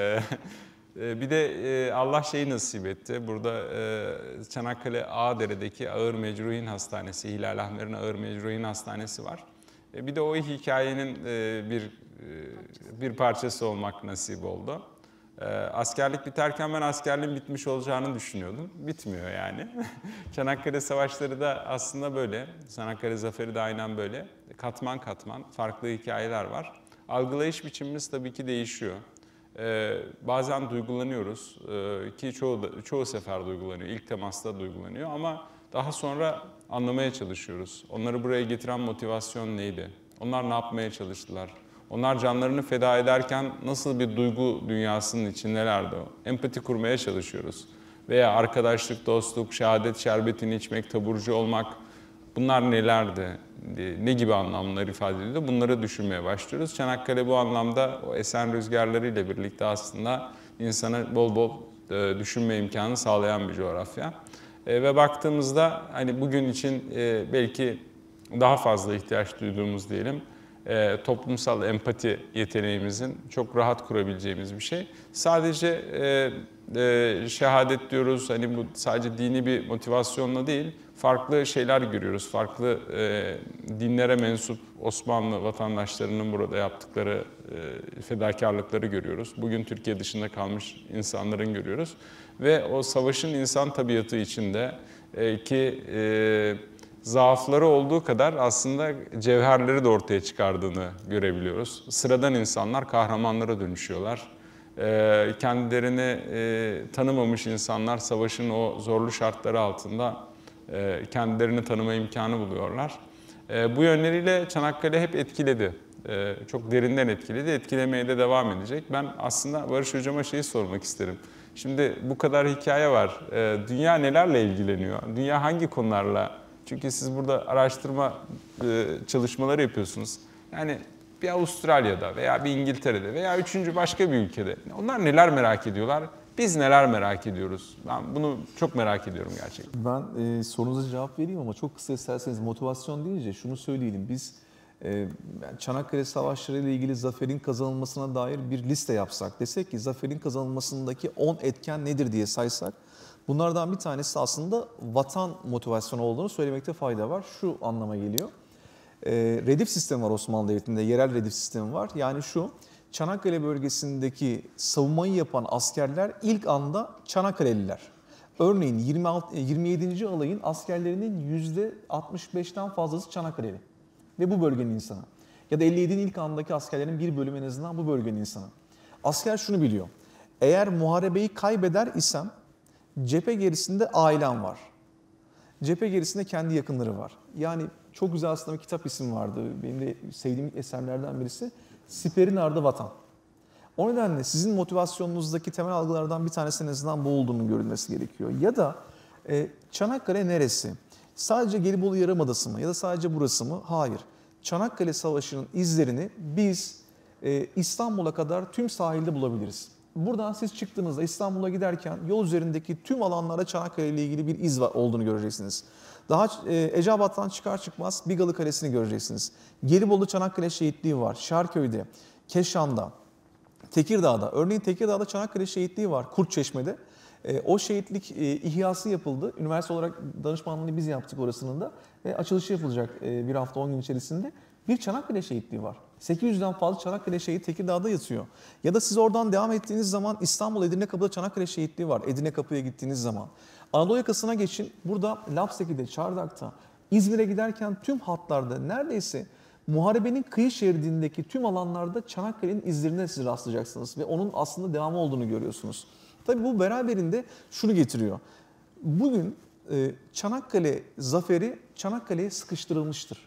Bir de Allah şeyi nasip etti. Burada Çanakkale Ağdere'deki Ağır Mecruhin Hastanesi, Hilal Ahmer'in Ağır Mecruhin Hastanesi var. Bir de o hikayenin bir bir parçası olmak nasip oldu. Askerlik biterken ben askerliğin bitmiş olacağını düşünüyordum. Bitmiyor yani. Çanakkale Savaşları da aslında böyle. Çanakkale Zaferi de aynen böyle. Katman katman farklı hikayeler var. Algılayış biçimimiz tabii ki değişiyor. Ee, bazen duygulanıyoruz ee, ki çoğu, çoğu sefer duygulanıyor, ilk temasta duygulanıyor ama daha sonra anlamaya çalışıyoruz. Onları buraya getiren motivasyon neydi? Onlar ne yapmaya çalıştılar? Onlar canlarını feda ederken nasıl bir duygu dünyasının içindelerdi o? Empati kurmaya çalışıyoruz. Veya arkadaşlık, dostluk, şehadet şerbetini içmek, taburcu olmak bunlar nelerdi? Ne gibi anlamlar ifade ediyordu? Bunları düşünmeye başlıyoruz. Çanakkale bu anlamda o esen rüzgarlarıyla birlikte aslında insana bol bol e, düşünme imkanı sağlayan bir coğrafya. E, ve baktığımızda hani bugün için e, belki daha fazla ihtiyaç duyduğumuz diyelim e, toplumsal empati yeteneğimizin çok rahat kurabileceğimiz bir şey. Sadece e, e, şehadet diyoruz hani bu sadece dini bir motivasyonla değil. Farklı şeyler görüyoruz, farklı e, dinlere mensup Osmanlı vatandaşlarının burada yaptıkları e, fedakarlıkları görüyoruz. Bugün Türkiye dışında kalmış insanların görüyoruz. Ve o savaşın insan tabiatı içinde e, ki e, zaafları olduğu kadar aslında cevherleri de ortaya çıkardığını görebiliyoruz. Sıradan insanlar kahramanlara dönüşüyorlar. e, kendilerini e, tanımamış insanlar savaşın o zorlu şartları altında e, kendilerini tanıma imkanı buluyorlar. E, bu yönleriyle Çanakkale hep etkiledi. E, çok derinden etkiledi, etkilemeye de devam edecek. Ben aslında Barış Hocama şeyi sormak isterim. Şimdi bu kadar hikaye var. E, dünya nelerle ilgileniyor? Dünya hangi konularla? Çünkü siz burada araştırma e, çalışmaları yapıyorsunuz. Yani bir Avustralya'da veya bir İngiltere'de veya üçüncü başka bir ülkede. Onlar neler merak ediyorlar? Biz neler merak ediyoruz? Ben bunu çok merak ediyorum gerçekten. Ben e, sorunuza cevap vereyim ama çok kısa isterseniz motivasyon deyince şunu söyleyelim. Biz e, Çanakkale Savaşları ile ilgili zaferin kazanılmasına dair bir liste yapsak, desek ki zaferin kazanılmasındaki on etken nedir diye saysak, bunlardan bir tanesi aslında vatan motivasyonu olduğunu söylemekte fayda var. Şu anlama geliyor. E, redif sistemi var Osmanlı Devleti'nde, yerel redif sistemi var. Yani şu, Çanakkale bölgesindeki savunmayı yapan askerler ilk anda Çanakkale'liler. Örneğin yirmi altı, yirmi yedinci alayın askerlerinin yüzde altmış beşten fazlası Çanakkale'li ve bu bölgenin insanı. Ya da elli yedinin ilk andaki askerlerin bir bölümü en azından bu bölgenin insanı. Asker şunu biliyor, eğer muharebeyi kaybeder isem cephe gerisinde ailem var. Cephe gerisinde kendi yakınları var. Yani çok güzel aslında bir kitap ismi vardı. Benim de sevdiğim eserlerden birisi. Siperin Ardı Vatan. O nedenle sizin motivasyonunuzdaki temel algılardan bir tanesinin en azından bu olduğunu görülmesi gerekiyor. Ya da e, Çanakkale neresi? Sadece Gelibolu Yarımadası mı? Ya da sadece burası mı? Hayır. Çanakkale Savaşı'nın izlerini biz e, İstanbul'a kadar tüm sahilde bulabiliriz. Buradan siz çıktığınızda İstanbul'a giderken yol üzerindeki tüm alanlarda Çanakkale ile ilgili bir iz var, olduğunu göreceksiniz. Daha e, Eceabat'tan çıkar çıkmaz Bigalı Kalesi'ni göreceksiniz. Gelibolu Çanakkale Şehitliği var. Şarköy'de, Keşan'da, Tekirdağ'da. Örneğin Tekirdağ'da Çanakkale Şehitliği var, Kurtçeşme'de. E, o şehitlik e, ihyası yapıldı. Üniversite olarak danışmanlığını biz yaptık orasının da. Ve açılışı yapılacak e, bir hafta on gün içerisinde. Bir Çanakkale Şehitliği var. sekiz yüzden fazla Çanakkale Şehit Tekirdağ'da yatıyor. Ya da siz oradan devam ettiğiniz zaman İstanbul Edirnekapı'da Çanakkale Şehitliği var. Edirnekapı'ya gittiğiniz zaman. Anadolu yakasına geçin. Burada Lapseki'de, Çardak'ta, İzmir'e giderken tüm hatlarda neredeyse muharebenin kıyı şeridindeki tüm alanlarda Çanakkale'nin izlerine siz rastlayacaksınız. Ve onun aslında devamı olduğunu görüyorsunuz. Tabii bu beraberinde şunu getiriyor. Bugün e, Çanakkale zaferi Çanakkale'ye sıkıştırılmıştır.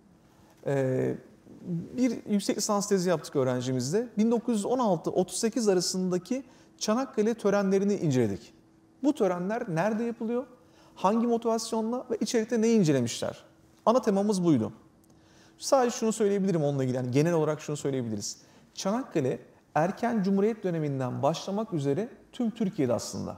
E, bir yüksek lisans tezi yaptık öğrencimizle. bin dokuz yüz on altı otuz sekiz arasındaki Çanakkale törenlerini inceledik. Bu törenler nerede yapılıyor? Hangi motivasyonla ve içerikte neyi incelemişler? Ana temamız buydu. Sadece şunu söyleyebilirim onunla ilgili. Yani genel olarak şunu söyleyebiliriz. Çanakkale erken Cumhuriyet döneminden başlamak üzere tüm Türkiye'de aslında.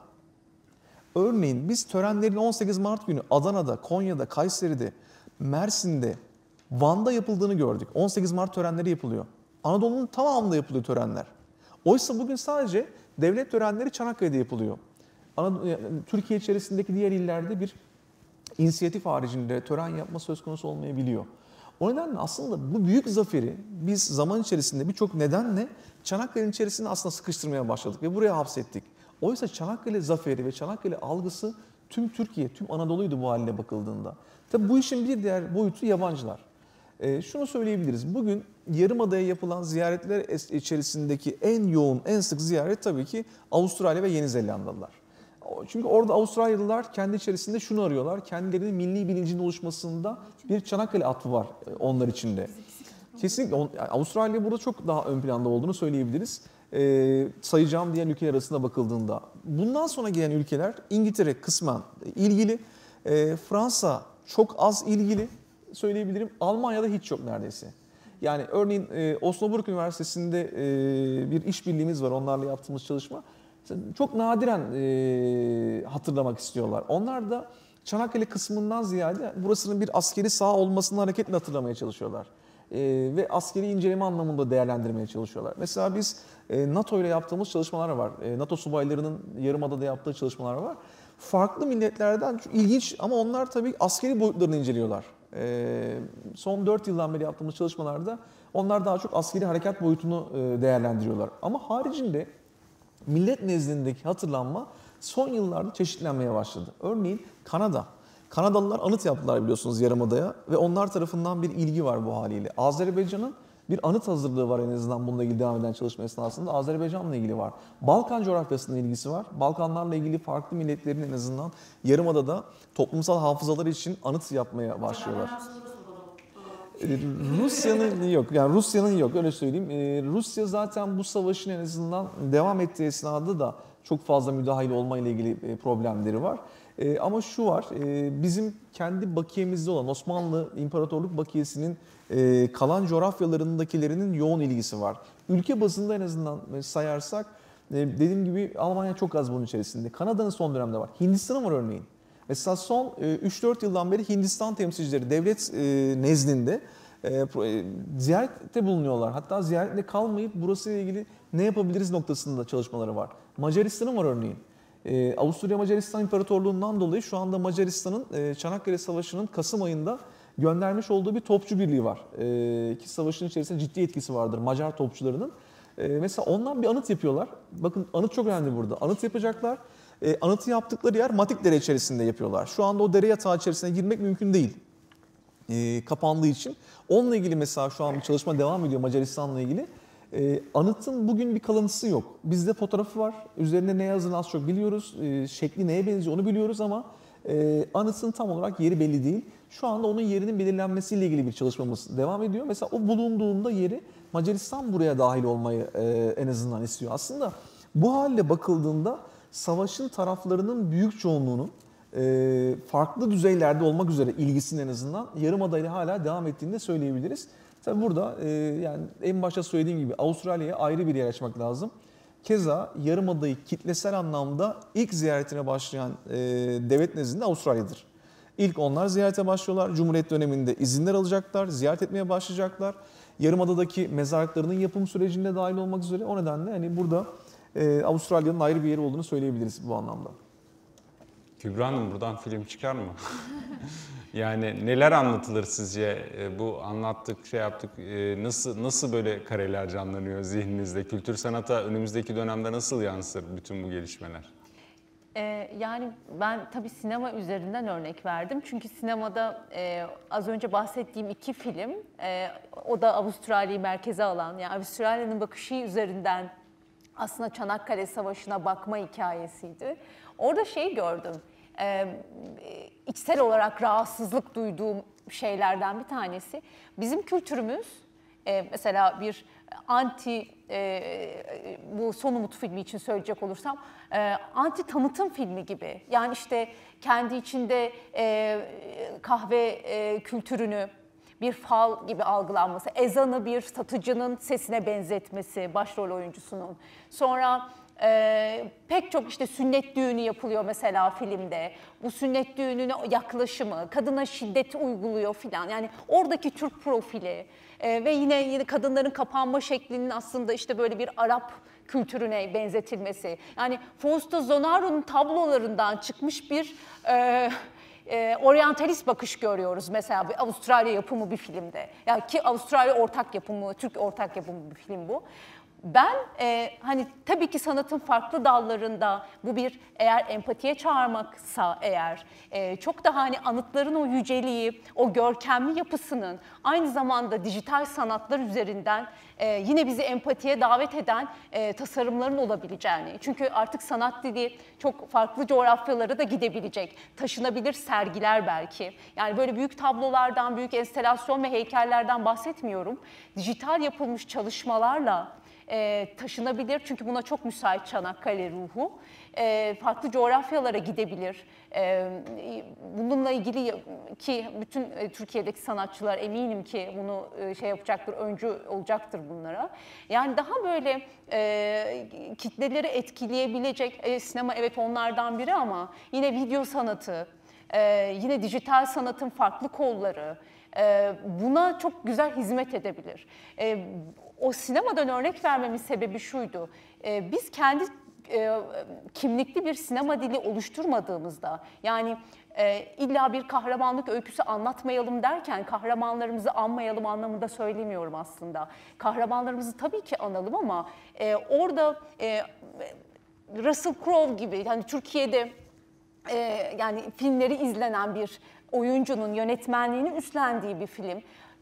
Örneğin biz törenlerin on sekiz Mart günü Adana'da, Konya'da, Kayseri'de, Mersin'de, Van'da yapıldığını gördük. on sekiz Mart törenleri yapılıyor. Anadolu'nun tamamında yapılıyor törenler. Oysa bugün sadece devlet törenleri Çanakkale'de yapılıyor. Anadolu, Türkiye içerisindeki diğer illerde bir inisiyatif haricinde tören yapma söz konusu olmayabiliyor. O nedenle aslında bu büyük zaferi biz zaman içerisinde birçok nedenle Çanakkale'nin içerisinde aslında sıkıştırmaya başladık ve buraya hapsettik. Oysa Çanakkale zaferi ve Çanakkale algısı tüm Türkiye, tüm Anadolu'ydu bu haline bakıldığında. Tabii bu işin bir diğer boyutu yabancılar. Ee, şunu söyleyebiliriz. Bugün Yarımada'ya yapılan ziyaretler içerisindeki en yoğun, en sık ziyaret tabii ki Avustralya ve Yeni Zelandalılar. Çünkü orada Avustralyalılar kendi içerisinde şunu arıyorlar. Kendilerinin milli bilincinin oluşmasında bir Çanakkale atfı var onlar içinde. Kesinlikle Avustralya burada çok daha ön planda olduğunu söyleyebiliriz. Ee, sayacağım diğer ülkeler arasında bakıldığında. Bundan sonra gelen ülkeler İngiltere kısmen ilgili. Ee, Fransa çok az ilgili söyleyebilirim. Almanya'da hiç yok neredeyse. Yani örneğin e, Osnabrück Üniversitesi'nde e, bir işbirliğimiz var onlarla yaptığımız çalışma. Çok nadiren e, hatırlamak istiyorlar. Onlar da Çanakkale kısmından ziyade burasının bir askeri saha olmasından hareketle hatırlamaya çalışıyorlar. E, ve askeri inceleme anlamında değerlendirmeye çalışıyorlar. Mesela biz e, NATO ile yaptığımız çalışmalar var. E, NATO subaylarının Yarımada'da yaptığı çalışmalar var. Farklı milletlerden çok ilginç ama onlar tabii askeri boyutlarını inceliyorlar. E, son dört yıldan beri yaptığımız çalışmalarda onlar daha çok askeri harekat boyutunu e, değerlendiriyorlar. Ama haricinde millet nezdindeki hatırlanma son yıllarda çeşitlenmeye başladı. Örneğin Kanada. Kanadalılar anıt yaptılar biliyorsunuz Yarımada'ya ve onlar tarafından bir ilgi var bu haliyle. Azerbaycan'ın bir anıt hazırlığı var en azından bununla ilgili devam eden çalışma esnasında. Azerbaycan'la ilgili var. Balkan coğrafyasının ilgisi var. Balkanlarla ilgili farklı milletlerin en azından Yarımada'da toplumsal hafızaları için anıt yapmaya başlıyorlar. Rusya'nın yok, yani Rusya'nın yok öyle söyleyeyim. Rusya zaten bu savaşın en azından devam ettiği esnada da çok fazla müdahale olmayla ilgili problemleri var. Ama şu var, bizim kendi bakiyemizde olan Osmanlı İmparatorluk bakiyesinin kalan coğrafyalarındakilerinin yoğun ilgisi var. Ülke bazında en azından sayarsak, dediğim gibi Almanya çok az bunun içerisinde. Kanada'nın son dönemde var. Hindistan'ın var örneğin. Mesela son üç dört yıldan beri Hindistan temsilcileri devlet nezdinde ziyarette bulunuyorlar. Hatta ziyaretle kalmayıp burasıyla ilgili ne yapabiliriz noktasında çalışmaları var. Macaristan'ın var örneğin. Avusturya Macaristan İmparatorluğu'ndan dolayı şu anda Macaristan'ın Çanakkale Savaşı'nın Kasım ayında göndermiş olduğu bir topçu birliği var. Ki savaşın içerisinde ciddi etkisi vardır Macar topçularının. Mesela onlar bir anıt yapıyorlar. Bakın anıt çok önemli burada. Anıt yapacaklar. E, anıtı yaptıkları yer Matik Dere içerisinde yapıyorlar. Şu anda o dere yatağı içerisine girmek mümkün değil. E, kapandığı için. Onunla ilgili mesela şu an bir çalışma devam ediyor Macaristan'la ilgili. E, anıtın bugün bir kalıntısı yok. Bizde fotoğrafı var. Üzerinde ne yazdığını az çok biliyoruz. E, şekli neye benziyor onu biliyoruz ama e, anıtın tam olarak yeri belli değil. Şu anda onun yerinin belirlenmesiyle ilgili bir çalışmamız devam ediyor. Mesela o bulunduğunda yeri Macaristan buraya dahil olmayı e, en azından istiyor. Aslında bu halde bakıldığında savaşın taraflarının büyük çoğunluğunun e, farklı düzeylerde olmak üzere ilgisinin en azından Yarımada ile hala devam ettiğini de söyleyebiliriz. Tabi burada e, yani en başta söylediğim gibi Avustralya'ya ayrı bir yer açmak lazım. Keza Yarımada'yı kitlesel anlamda ilk ziyaretine başlayan e, devlet nezdinde Avustralya'dır. İlk onlar ziyarete başlıyorlar. Cumhuriyet döneminde izinler alacaklar, ziyaret etmeye başlayacaklar. Yarımada'daki mezarlıklarının yapım sürecinde dahil olmak üzere o nedenle hani burada Ee, Avustralya'nın ayrı bir yeri olduğunu söyleyebiliriz bu anlamda. Kübra Hanım buradan film çıkar mı? Yani neler anlatılır sizce? Bu anlattık, şey yaptık. Nasıl nasıl böyle kareler canlanıyor zihninizde? Kültür sanata önümüzdeki dönemde nasıl yansır bütün bu gelişmeler? Ee, yani ben tabii sinema üzerinden örnek verdim. Çünkü sinemada e, az önce bahsettiğim iki film, e, o da Avustralya'yı merkeze alan, yani Avustralya'nın bakışı üzerinden aslında Çanakkale Savaşı'na bakma hikayesiydi. Orada şey gördüm, e, içsel olarak rahatsızlık duyduğum şeylerden bir tanesi. Bizim kültürümüz, e, mesela bir anti, e, bu Son Umut filmi için söyleyecek olursam, e, anti tanıtım filmi gibi. Yani işte kendi içinde e, kahve e, kültürünü, bir fal gibi algılanması, ezanı bir satıcının sesine benzetmesi başrol oyuncusunun. Sonra e, pek çok işte sünnet düğünü yapılıyor mesela filmde. Bu sünnet düğününe yaklaşımı, kadına şiddet uyguluyor filan. Yani oradaki Türk profili e, ve yine, yine kadınların kapanma şeklinin aslında işte böyle bir Arap kültürüne benzetilmesi. Yani Fausto Zonaro'nun tablolarından çıkmış bir E, E, oryantalist bakış görüyoruz mesela bir Avustralya yapımı bir filmde. Yani ki Avustralya ortak yapımı, Türk ortak yapımı bir film bu. Ben e, hani tabii ki sanatın farklı dallarında bu bir eğer empatiye çağırmaksa eğer e, çok daha hani anıtların o yüceliği, o görkemli yapısının aynı zamanda dijital sanatlar üzerinden e, yine bizi empatiye davet eden e, tasarımların olabileceğini. Çünkü artık sanat dili çok farklı coğrafyalara da gidebilecek. Taşınabilir sergiler belki. Yani böyle büyük tablolardan, büyük enstelasyon ve heykellerden bahsetmiyorum. Dijital yapılmış çalışmalarla E, taşınabilir çünkü buna çok müsait Çanakkale ruhu. E, farklı coğrafyalara gidebilir. E, bununla ilgili ki bütün e, Türkiye'deki sanatçılar eminim ki bunu e, şey yapacaktır, öncü olacaktır bunlara. Yani daha böyle e, kitleleri etkileyebilecek, e, sinema evet onlardan biri ama yine video sanatı, e, yine dijital sanatın farklı kolları, e, buna çok güzel hizmet edebilir. E, O sinemadan örnek vermemin sebebi şuydu. Ee, biz kendi e, kimlikli bir sinema dili oluşturmadığımızda, yani e, illa bir kahramanlık öyküsü anlatmayalım derken kahramanlarımızı anmayalım anlamında söylemiyorum aslında. Kahramanlarımızı tabii ki analım ama e, orada e, Russell Crowe gibi, yani Türkiye'de e, yani filmleri izlenen bir oyuncunun yönetmenliğini üstlendiği bir film.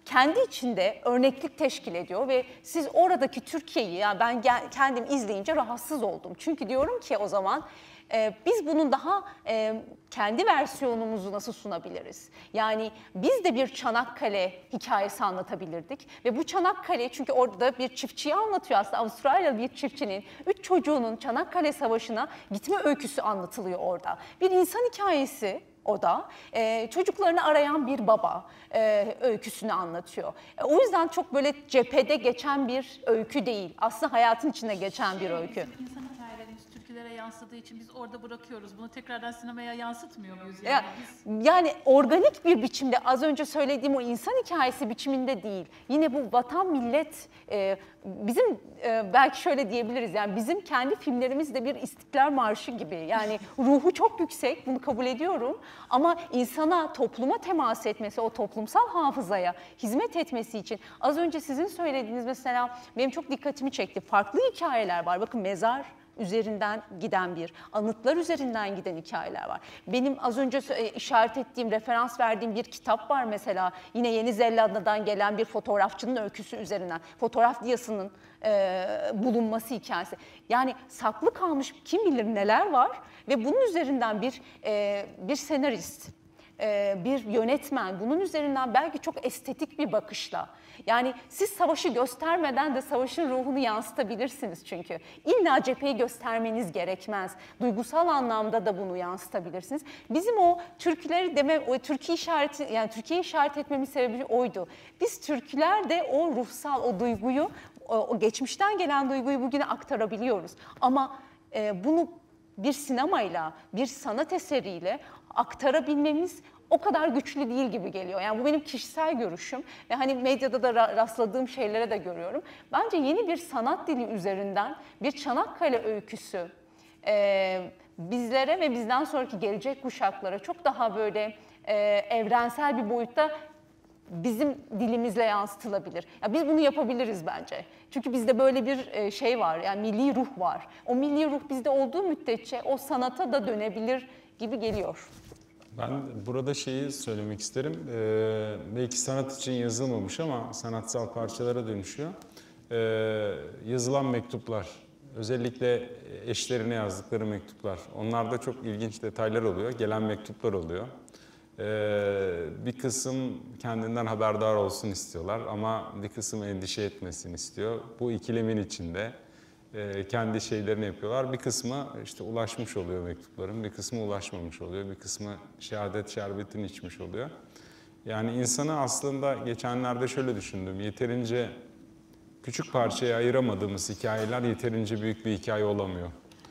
kendi içinde örneklik teşkil ediyor ve siz oradaki Türkiye'yi, yani ben kendim izleyince rahatsız oldum. Çünkü diyorum ki o zaman e, biz bunun daha e, kendi versiyonumuzu nasıl sunabiliriz? Yani biz de bir Çanakkale hikayesi anlatabilirdik ve bu Çanakkale, çünkü orada bir çiftçiyi anlatıyor aslında, Avustralyalı bir çiftçinin üç çocuğunun Çanakkale Savaşı'na gitme öyküsü anlatılıyor orada. Bir insan hikayesi o da. Ee, çocuklarını arayan bir baba e, öyküsünü anlatıyor. E, o yüzden çok böyle cephede geçen bir öykü değil. Aslında hayatın içinde geçen bir öykü. Bizim insan hikayelerimiz Türkülere yansıdığı için biz orada bırakıyoruz. Bunu tekrardan sinemaya yansıtmıyor muyuz? Yani, Ya, biz... yani organik bir biçimde, az önce söylediğim o insan hikayesi biçiminde değil. Yine bu vatan millet, e, bizim e, belki şöyle diyebiliriz, yani bizim kendi filmlerimiz de bir İstiklal Marşı gibi. Yani ruhu çok yüksek, bunu kabul ediyorum. Ama insana, topluma temas etmesi, o toplumsal hafızaya hizmet etmesi için, az önce sizin söylediğiniz mesela benim çok dikkatimi çekti. Farklı hikayeler var. Bakın mezar üzerinden giden bir, anıtlar üzerinden giden hikayeler var. Benim az önce işaret ettiğim, referans verdiğim bir kitap var mesela. Yine Yeni Zelanda'dan gelen bir fotoğrafçının öyküsü üzerinden. Fotoğraf diyasının e, bulunması hikayesi. Yani saklı kalmış kim bilir neler var ve bunun üzerinden bir e, bir senarist, e, bir yönetmen bunun üzerinden belki çok estetik bir bakışla, yani siz savaşı göstermeden de savaşın ruhunu yansıtabilirsiniz çünkü. İlla cepheyi göstermeniz gerekmez. Duygusal anlamda da bunu yansıtabilirsiniz. Bizim o türküleri deme, o Türkiye işareti, yani Türkiye işaret etmemin sebebi oydu. Biz Türküler de o ruhsal, o duyguyu, o, o geçmişten gelen duyguyu bugüne aktarabiliyoruz. Ama e, bunu bir sinemayla, bir sanat eseriyle aktarabilmemiz o kadar güçlü değil gibi geliyor. Yani bu benim kişisel görüşüm ve hani medyada da rastladığım şeylere de görüyorum. Bence yeni bir sanat dili üzerinden bir Çanakkale öyküsü e, bizlere ve bizden sonraki gelecek kuşaklara çok daha böyle e, evrensel bir boyutta bizim dilimizle yansıtılabilir. Ya biz bunu yapabiliriz bence. Çünkü bizde böyle bir şey var, yani milli ruh var. O milli ruh bizde olduğu müddetçe o sanata da dönebilir gibi geliyor. Ben burada şeyi söylemek isterim. Ee, belki sanat için yazılmamış ama sanatsal parçalara dönüşüyor. Ee, yazılan mektuplar, özellikle eşlerine yazdıkları mektuplar. Onlarda çok ilginç detaylar oluyor, gelen mektuplar oluyor. Ee, bir kısım kendinden haberdar olsun istiyorlar ama bir kısım endişe etmesini istiyor. Bu ikilemin içinde e, kendi şeylerini yapıyorlar. Bir kısmı işte ulaşmış oluyor mektupların, bir kısmı ulaşmamış oluyor, bir kısmı şehadet şerbetini içmiş oluyor. Yani insanı aslında geçenlerde şöyle düşündüm, yeterince küçük parçaya ayıramadığımız hikayeler yeterince büyük bir hikaye olamıyor.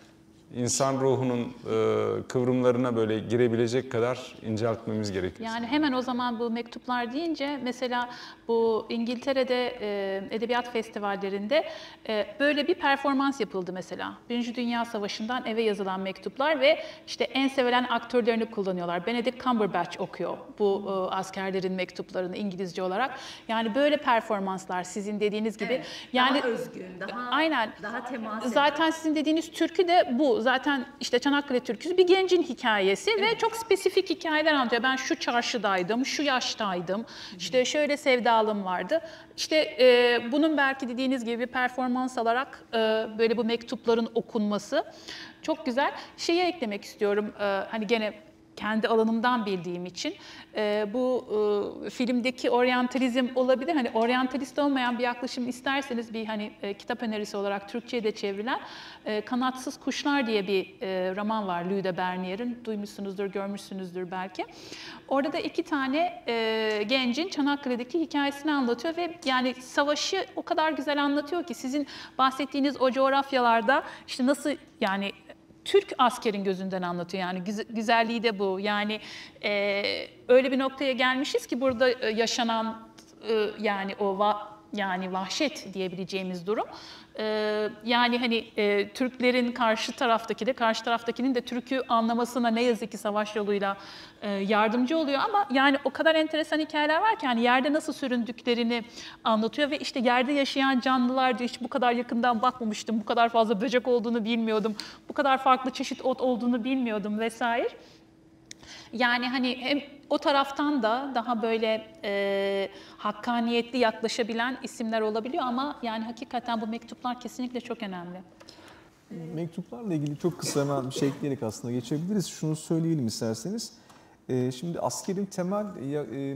İnsan ruhunun e, kıvrımlarına böyle girebilecek kadar inceltmemiz gerekiyor. Yani hemen o zaman bu mektuplar deyince mesela bu İngiltere'de e, edebiyat festivallerinde e, böyle bir performans yapıldı mesela. Birinci Dünya Savaşı'ndan eve yazılan mektuplar ve işte en sevilen aktörlerini kullanıyorlar. Benedict Cumberbatch okuyor bu e, askerlerin mektuplarını İngilizce olarak. Yani böyle performanslar sizin dediğiniz gibi. Evet, yani daha özgün, daha, aynen, daha temas eden. Zaten sizin dediğiniz türkü de bu. Zaten işte Çanakkale türküsü bir gencin hikayesi evet. Ve çok spesifik hikayeler anlatıyor. Ben şu çarşıdaydım, şu yaştaydım, işte şöyle sevdalım vardı. İşte e, bunun belki dediğiniz gibi bir performans alarak e, böyle bu mektupların okunması çok güzel. Şeyi eklemek istiyorum, e, hani gene kendi alanımdan bildiğim için e, bu e, filmdeki oryantalizm olabilir. Hani oryantalist olmayan bir yaklaşım isterseniz bir hani e, kitap önerisi olarak Türkçe'ye de çevrilen e, Kanatsız Kuşlar diye bir e, roman var Louis Bernier'in. Duymuşsunuzdur, görmüşsünüzdür belki. Orada da iki tane e, gencin Çanakkale'deki hikayesini anlatıyor ve yani savaşı o kadar güzel anlatıyor ki sizin bahsettiğiniz o coğrafyalarda işte nasıl yani Türk askerin gözünden anlatıyor yani güzelliği de bu. Yani e, öyle bir noktaya gelmişiz ki burada yaşanan e, yani o va, yani vahşet diyebileceğimiz durum. E, yani hani e, Türklerin karşı taraftaki de karşı taraftakinin de Türk'ü anlamasına ne yazık ki savaş yoluyla e, yardımcı oluyor ama yani o kadar enteresan hikayeler var ki hani yerde nasıl süründüklerini anlatıyor ve işte yerde yaşayan canlılar diyor hiç bu kadar yakından bakmamıştım, bu kadar fazla böcek olduğunu bilmiyordum, bu kadar farklı çeşit ot olduğunu bilmiyordum vesaire. Yani hani hem o taraftan da daha böyle e, hakkaniyetli yaklaşabilen isimler olabiliyor ama yani hakikaten bu mektuplar kesinlikle çok önemli. Mektuplarla ilgili çok kısa hemen bir şey ekleyerek aslında geçebiliriz. Şunu söyleyelim isterseniz. Ee, şimdi askerin temel e,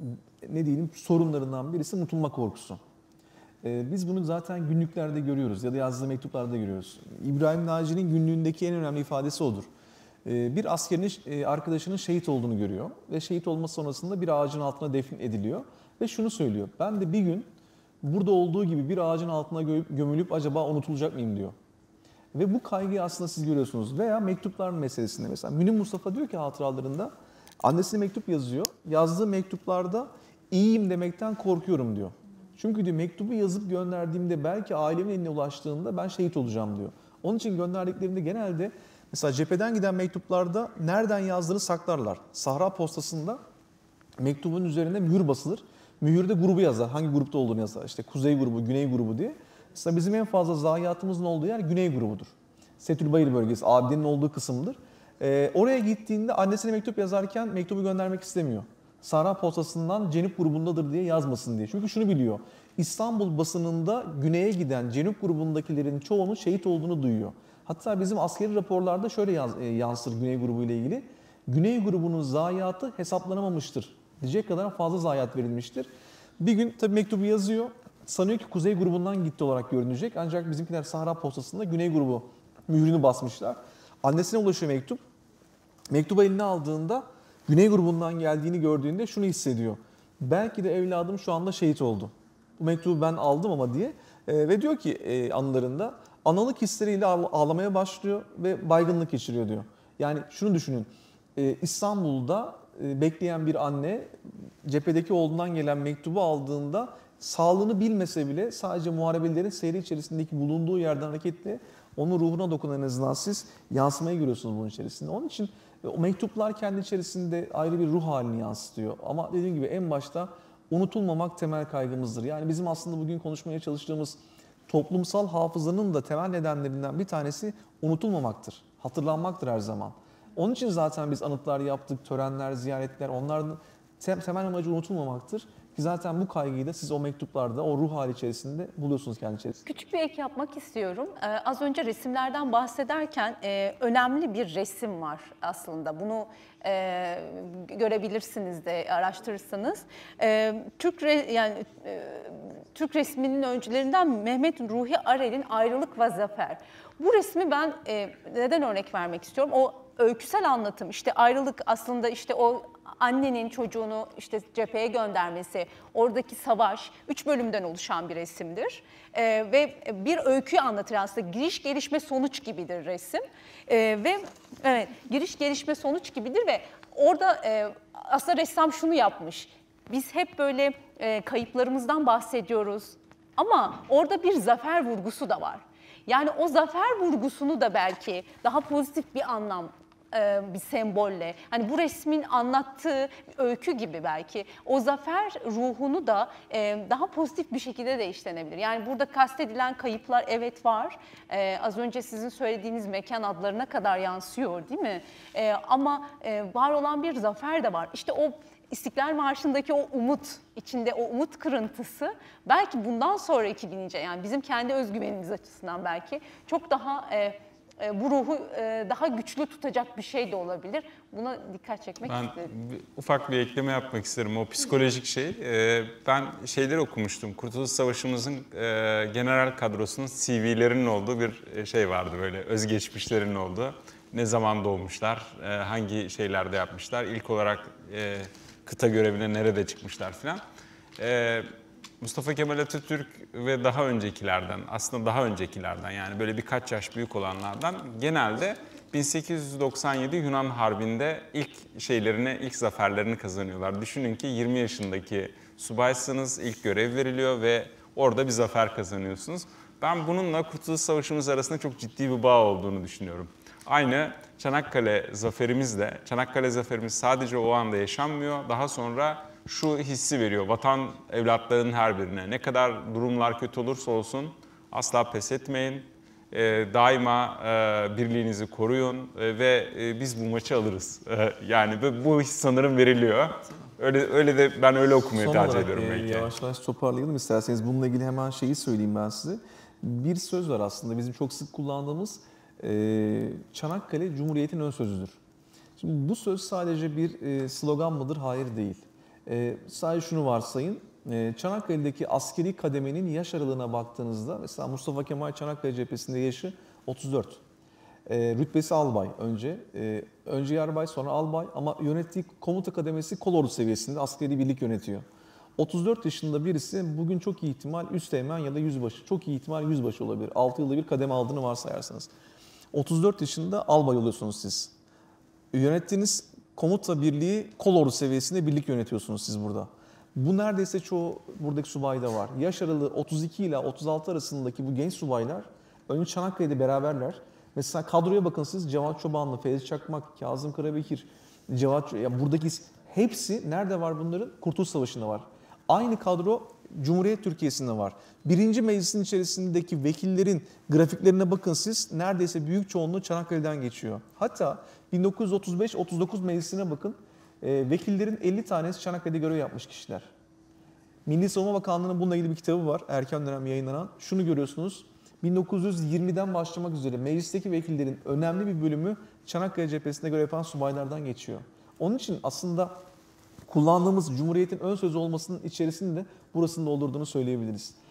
ne diyelim sorunlarından birisi unutulma korkusu. Ee, biz bunu zaten günlüklerde görüyoruz ya da yazdığı mektuplarda görüyoruz. İbrahim Naci'nin günlüğündeki en önemli ifadesi odur. Ee, bir askerin e, arkadaşının şehit olduğunu görüyor ve şehit olması sonrasında bir ağacın altına defin ediliyor ve şunu söylüyor. Ben de bir gün burada olduğu gibi bir ağacın altına gömülüp acaba unutulacak mıyım diyor. Ve bu kaygıyı aslında siz görüyorsunuz. Veya mektuplar meselesinde mesela Münir Mustafa diyor ki hatıralarında annesine mektup yazıyor. Yazdığı mektuplarda iyiyim demekten korkuyorum diyor. Çünkü diyor mektubu yazıp gönderdiğimde belki ailemin eline ulaştığında ben şehit olacağım diyor. Onun için gönderdiklerinde genelde mesela cepheden giden mektuplarda nereden yazdığını saklarlar. Sahra postasında mektubun üzerine mühür basılır. Mühürde grubu yazar. Hangi grupta olduğunu yazar. İşte Kuzey grubu, Güney grubu diye. Mesela bizim en fazla zayiatımızın olduğu yer Güney grubudur. Setülbayır bölgesi, abidenin olduğu kısımdır. Ee, oraya gittiğinde annesine mektup yazarken mektubu göndermek istemiyor. Sahra postasından Cenup grubundadır diye yazmasın diye. Çünkü şunu biliyor. İstanbul basınında güneye giden Cenup grubundakilerin çoğunun şehit olduğunu duyuyor. Hatta bizim askeri raporlarda şöyle yaz, e, yansır Güney grubu ile ilgili. Güney grubunun zayiatı hesaplanamamıştır diyecek kadar fazla zayiat verilmiştir. Bir gün tabii mektubu yazıyor. Sanıyor ki Kuzey grubundan gitti olarak görünecek. Ancak bizimkiler Sahra postasında Güney grubu mührünü basmışlar. Annesine ulaşıyor mektup. Mektubu eline aldığında Güney grubundan geldiğini gördüğünde şunu hissediyor. Belki de evladım şu anda şehit oldu. Bu mektubu ben aldım ama diye. E, ve diyor ki e, anılarında analık hisleriyle ağlamaya başlıyor ve baygınlık geçiriyor diyor. Yani şunu düşünün. E, İstanbul'da e, bekleyen bir anne cephedeki oğlundan gelen mektubu aldığında sağlığını bilmese bile sadece muharebelerin seyri içerisindeki bulunduğu yerden hareketle onun ruhuna dokunan en azından siz yansımayı görüyorsunuz bunun içerisinde. Onun için o mektuplar kendi içerisinde ayrı bir ruh halini yansıtıyor. Ama dediğim gibi en başta unutulmamak temel kaygımızdır. Yani bizim aslında bugün konuşmaya çalıştığımız toplumsal hafızanın da temel nedenlerinden bir tanesi unutulmamaktır. Hatırlanmaktır her zaman. Onun için zaten biz anıtlar yaptık, törenler, ziyaretler, onların temel amacı unutulmamaktır. Ki zaten bu kaygıyı da siz o mektuplarda, o ruh hali içerisinde buluyorsunuz kendi içerisinde. Küçük bir ek yapmak istiyorum. Ee, az önce resimlerden bahsederken e, önemli bir resim var aslında. Bunu e, görebilirsiniz de araştırırsanız. E, Türk re, yani e, Türk resminin öncülerinden Mehmet Ruhi Arel'in Ayrılık ve Zafer. Bu resmi ben e, neden örnek vermek istiyorum? O öyküsel anlatım, işte ayrılık aslında işte o annenin çocuğunu işte cepheye göndermesi, oradaki savaş üç bölümden oluşan bir resimdir. Ee, ve bir öyküyü anlatır aslında. Giriş, gelişme, sonuç gibidir resim. Ee, ve evet, giriş, gelişme, sonuç gibidir ve orada e, aslında ressam şunu yapmış. Biz hep böyle e, kayıplarımızdan bahsediyoruz ama orada bir zafer vurgusu da var. Yani o zafer vurgusunu da belki daha pozitif bir anlam, bir sembolle, hani bu resmin anlattığı öykü gibi belki o zafer ruhunu da daha pozitif bir şekilde de işlenebilir. Yani burada kastedilen kayıplar evet var. Az önce sizin söylediğiniz mekan adlarına kadar yansıyor değil mi? Ama var olan bir zafer de var. İşte o İstiklal Marşı'ndaki o umut, içinde o umut kırıntısı belki bundan sonraki bilince, yani bizim kendi özgüvenimiz açısından belki çok daha e, e, bu ruhu e, daha güçlü tutacak bir şey de olabilir. Buna dikkat çekmek ben istedim. Bir, ufak bir ekleme yapmak isterim. O psikolojik şey. E, ben şeyleri okumuştum. Kurtuluş Savaşı'mızın e, general kadrosunun C V'lerinin olduğu bir şey vardı, böyle özgeçmişlerinin olduğu. Ne zaman doğmuşlar, e, hangi şeylerde yapmışlar, ilk olarak e, kıta görevine nerede çıkmışlar filan. Ee, Mustafa Kemal Atatürk ve daha öncekilerden, aslında daha öncekilerden, yani böyle birkaç yaş büyük olanlardan genelde bin sekiz yüz doksan yedi Yunan Harbi'nde ilk şeylerini, ilk zaferlerini kazanıyorlar. Düşünün ki yirmi yaşındaki subaysınız, ilk görev veriliyor ve orada bir zafer kazanıyorsunuz. Ben bununla Kurtuluş Savaşımız arasında çok ciddi bir bağ olduğunu düşünüyorum. Aynı Çanakkale zaferimizle, Çanakkale zaferimiz sadece o anda yaşanmıyor. Daha sonra şu hissi veriyor vatan evlatlarının her birine. Ne kadar durumlar kötü olursa olsun asla pes etmeyin. E, daima e, birliğinizi koruyun e, ve e, biz bu maçı alırız. E, yani bu, bu his sanırım veriliyor. Öyle öyle de ben öyle okumayı Son tercih olarak ediyorum e, belki. yavaş yavaş toparlayalım isterseniz. Bununla ilgili hemen şeyi söyleyeyim ben size. Bir söz var aslında bizim çok sık kullandığımız, e, Çanakkale Cumhuriyet'in ön sözüdür. Şimdi bu söz sadece bir e, slogan mıdır? Hayır değil. E, sadece şunu varsayın. E, Çanakkale'deki askeri kademenin yaş aralığına baktığınızda mesela Mustafa Kemal Çanakkale cephesinde yaşı otuz dört. E, rütbesi albay önce. E, önce yarbay sonra albay ama yönettiği komuta kademesi kolordu seviyesinde askeri birlik yönetiyor. otuz dört yaşında birisi bugün çok iyi ihtimal üsteğmen ya da yüzbaşı. Çok iyi ihtimal yüzbaşı olabilir. altı yılda bir kademe aldığını varsayarsanız. otuz dört yaşında albay oluyorsunuz siz. Yönettiğiniz komuta birliği kolordu seviyesinde birlik yönetiyorsunuz siz burada. Bu neredeyse çoğu buradaki subayda var. Yaş aralığı otuz iki ile otuz altı arasındaki bu genç subaylar önce Çanakkale'de beraberler. Mesela kadroya bakın siz, Cevat Çobanlı, Feyzi Çakmak, Kazım Karabekir, Cevat, ya buradaki hepsi nerede var bunların? Kurtuluş Savaşı'nda var. Aynı kadro Cumhuriyet Türkiye'sinde var. Birinci meclisin içerisindeki vekillerin grafiklerine bakın siz, neredeyse büyük çoğunluğu Çanakkale'den geçiyor. Hatta bin dokuz yüz otuz beş otuz dokuz meclisine bakın, e, vekillerin elli tanesi Çanakkale'de görev yapmış kişiler. Milli Savunma Bakanlığı'nın bununla ilgili bir kitabı var, erken dönem yayınlanan. Şunu görüyorsunuz, bin dokuz yüz yirmiden başlamak üzere meclisteki vekillerin önemli bir bölümü Çanakkale cephesinde görev yapan subaylardan geçiyor. Onun için aslında kullandığımız Cumhuriyet'in ön sözü olmasının içerisinde burasını doldurduğunu söyleyebiliriz.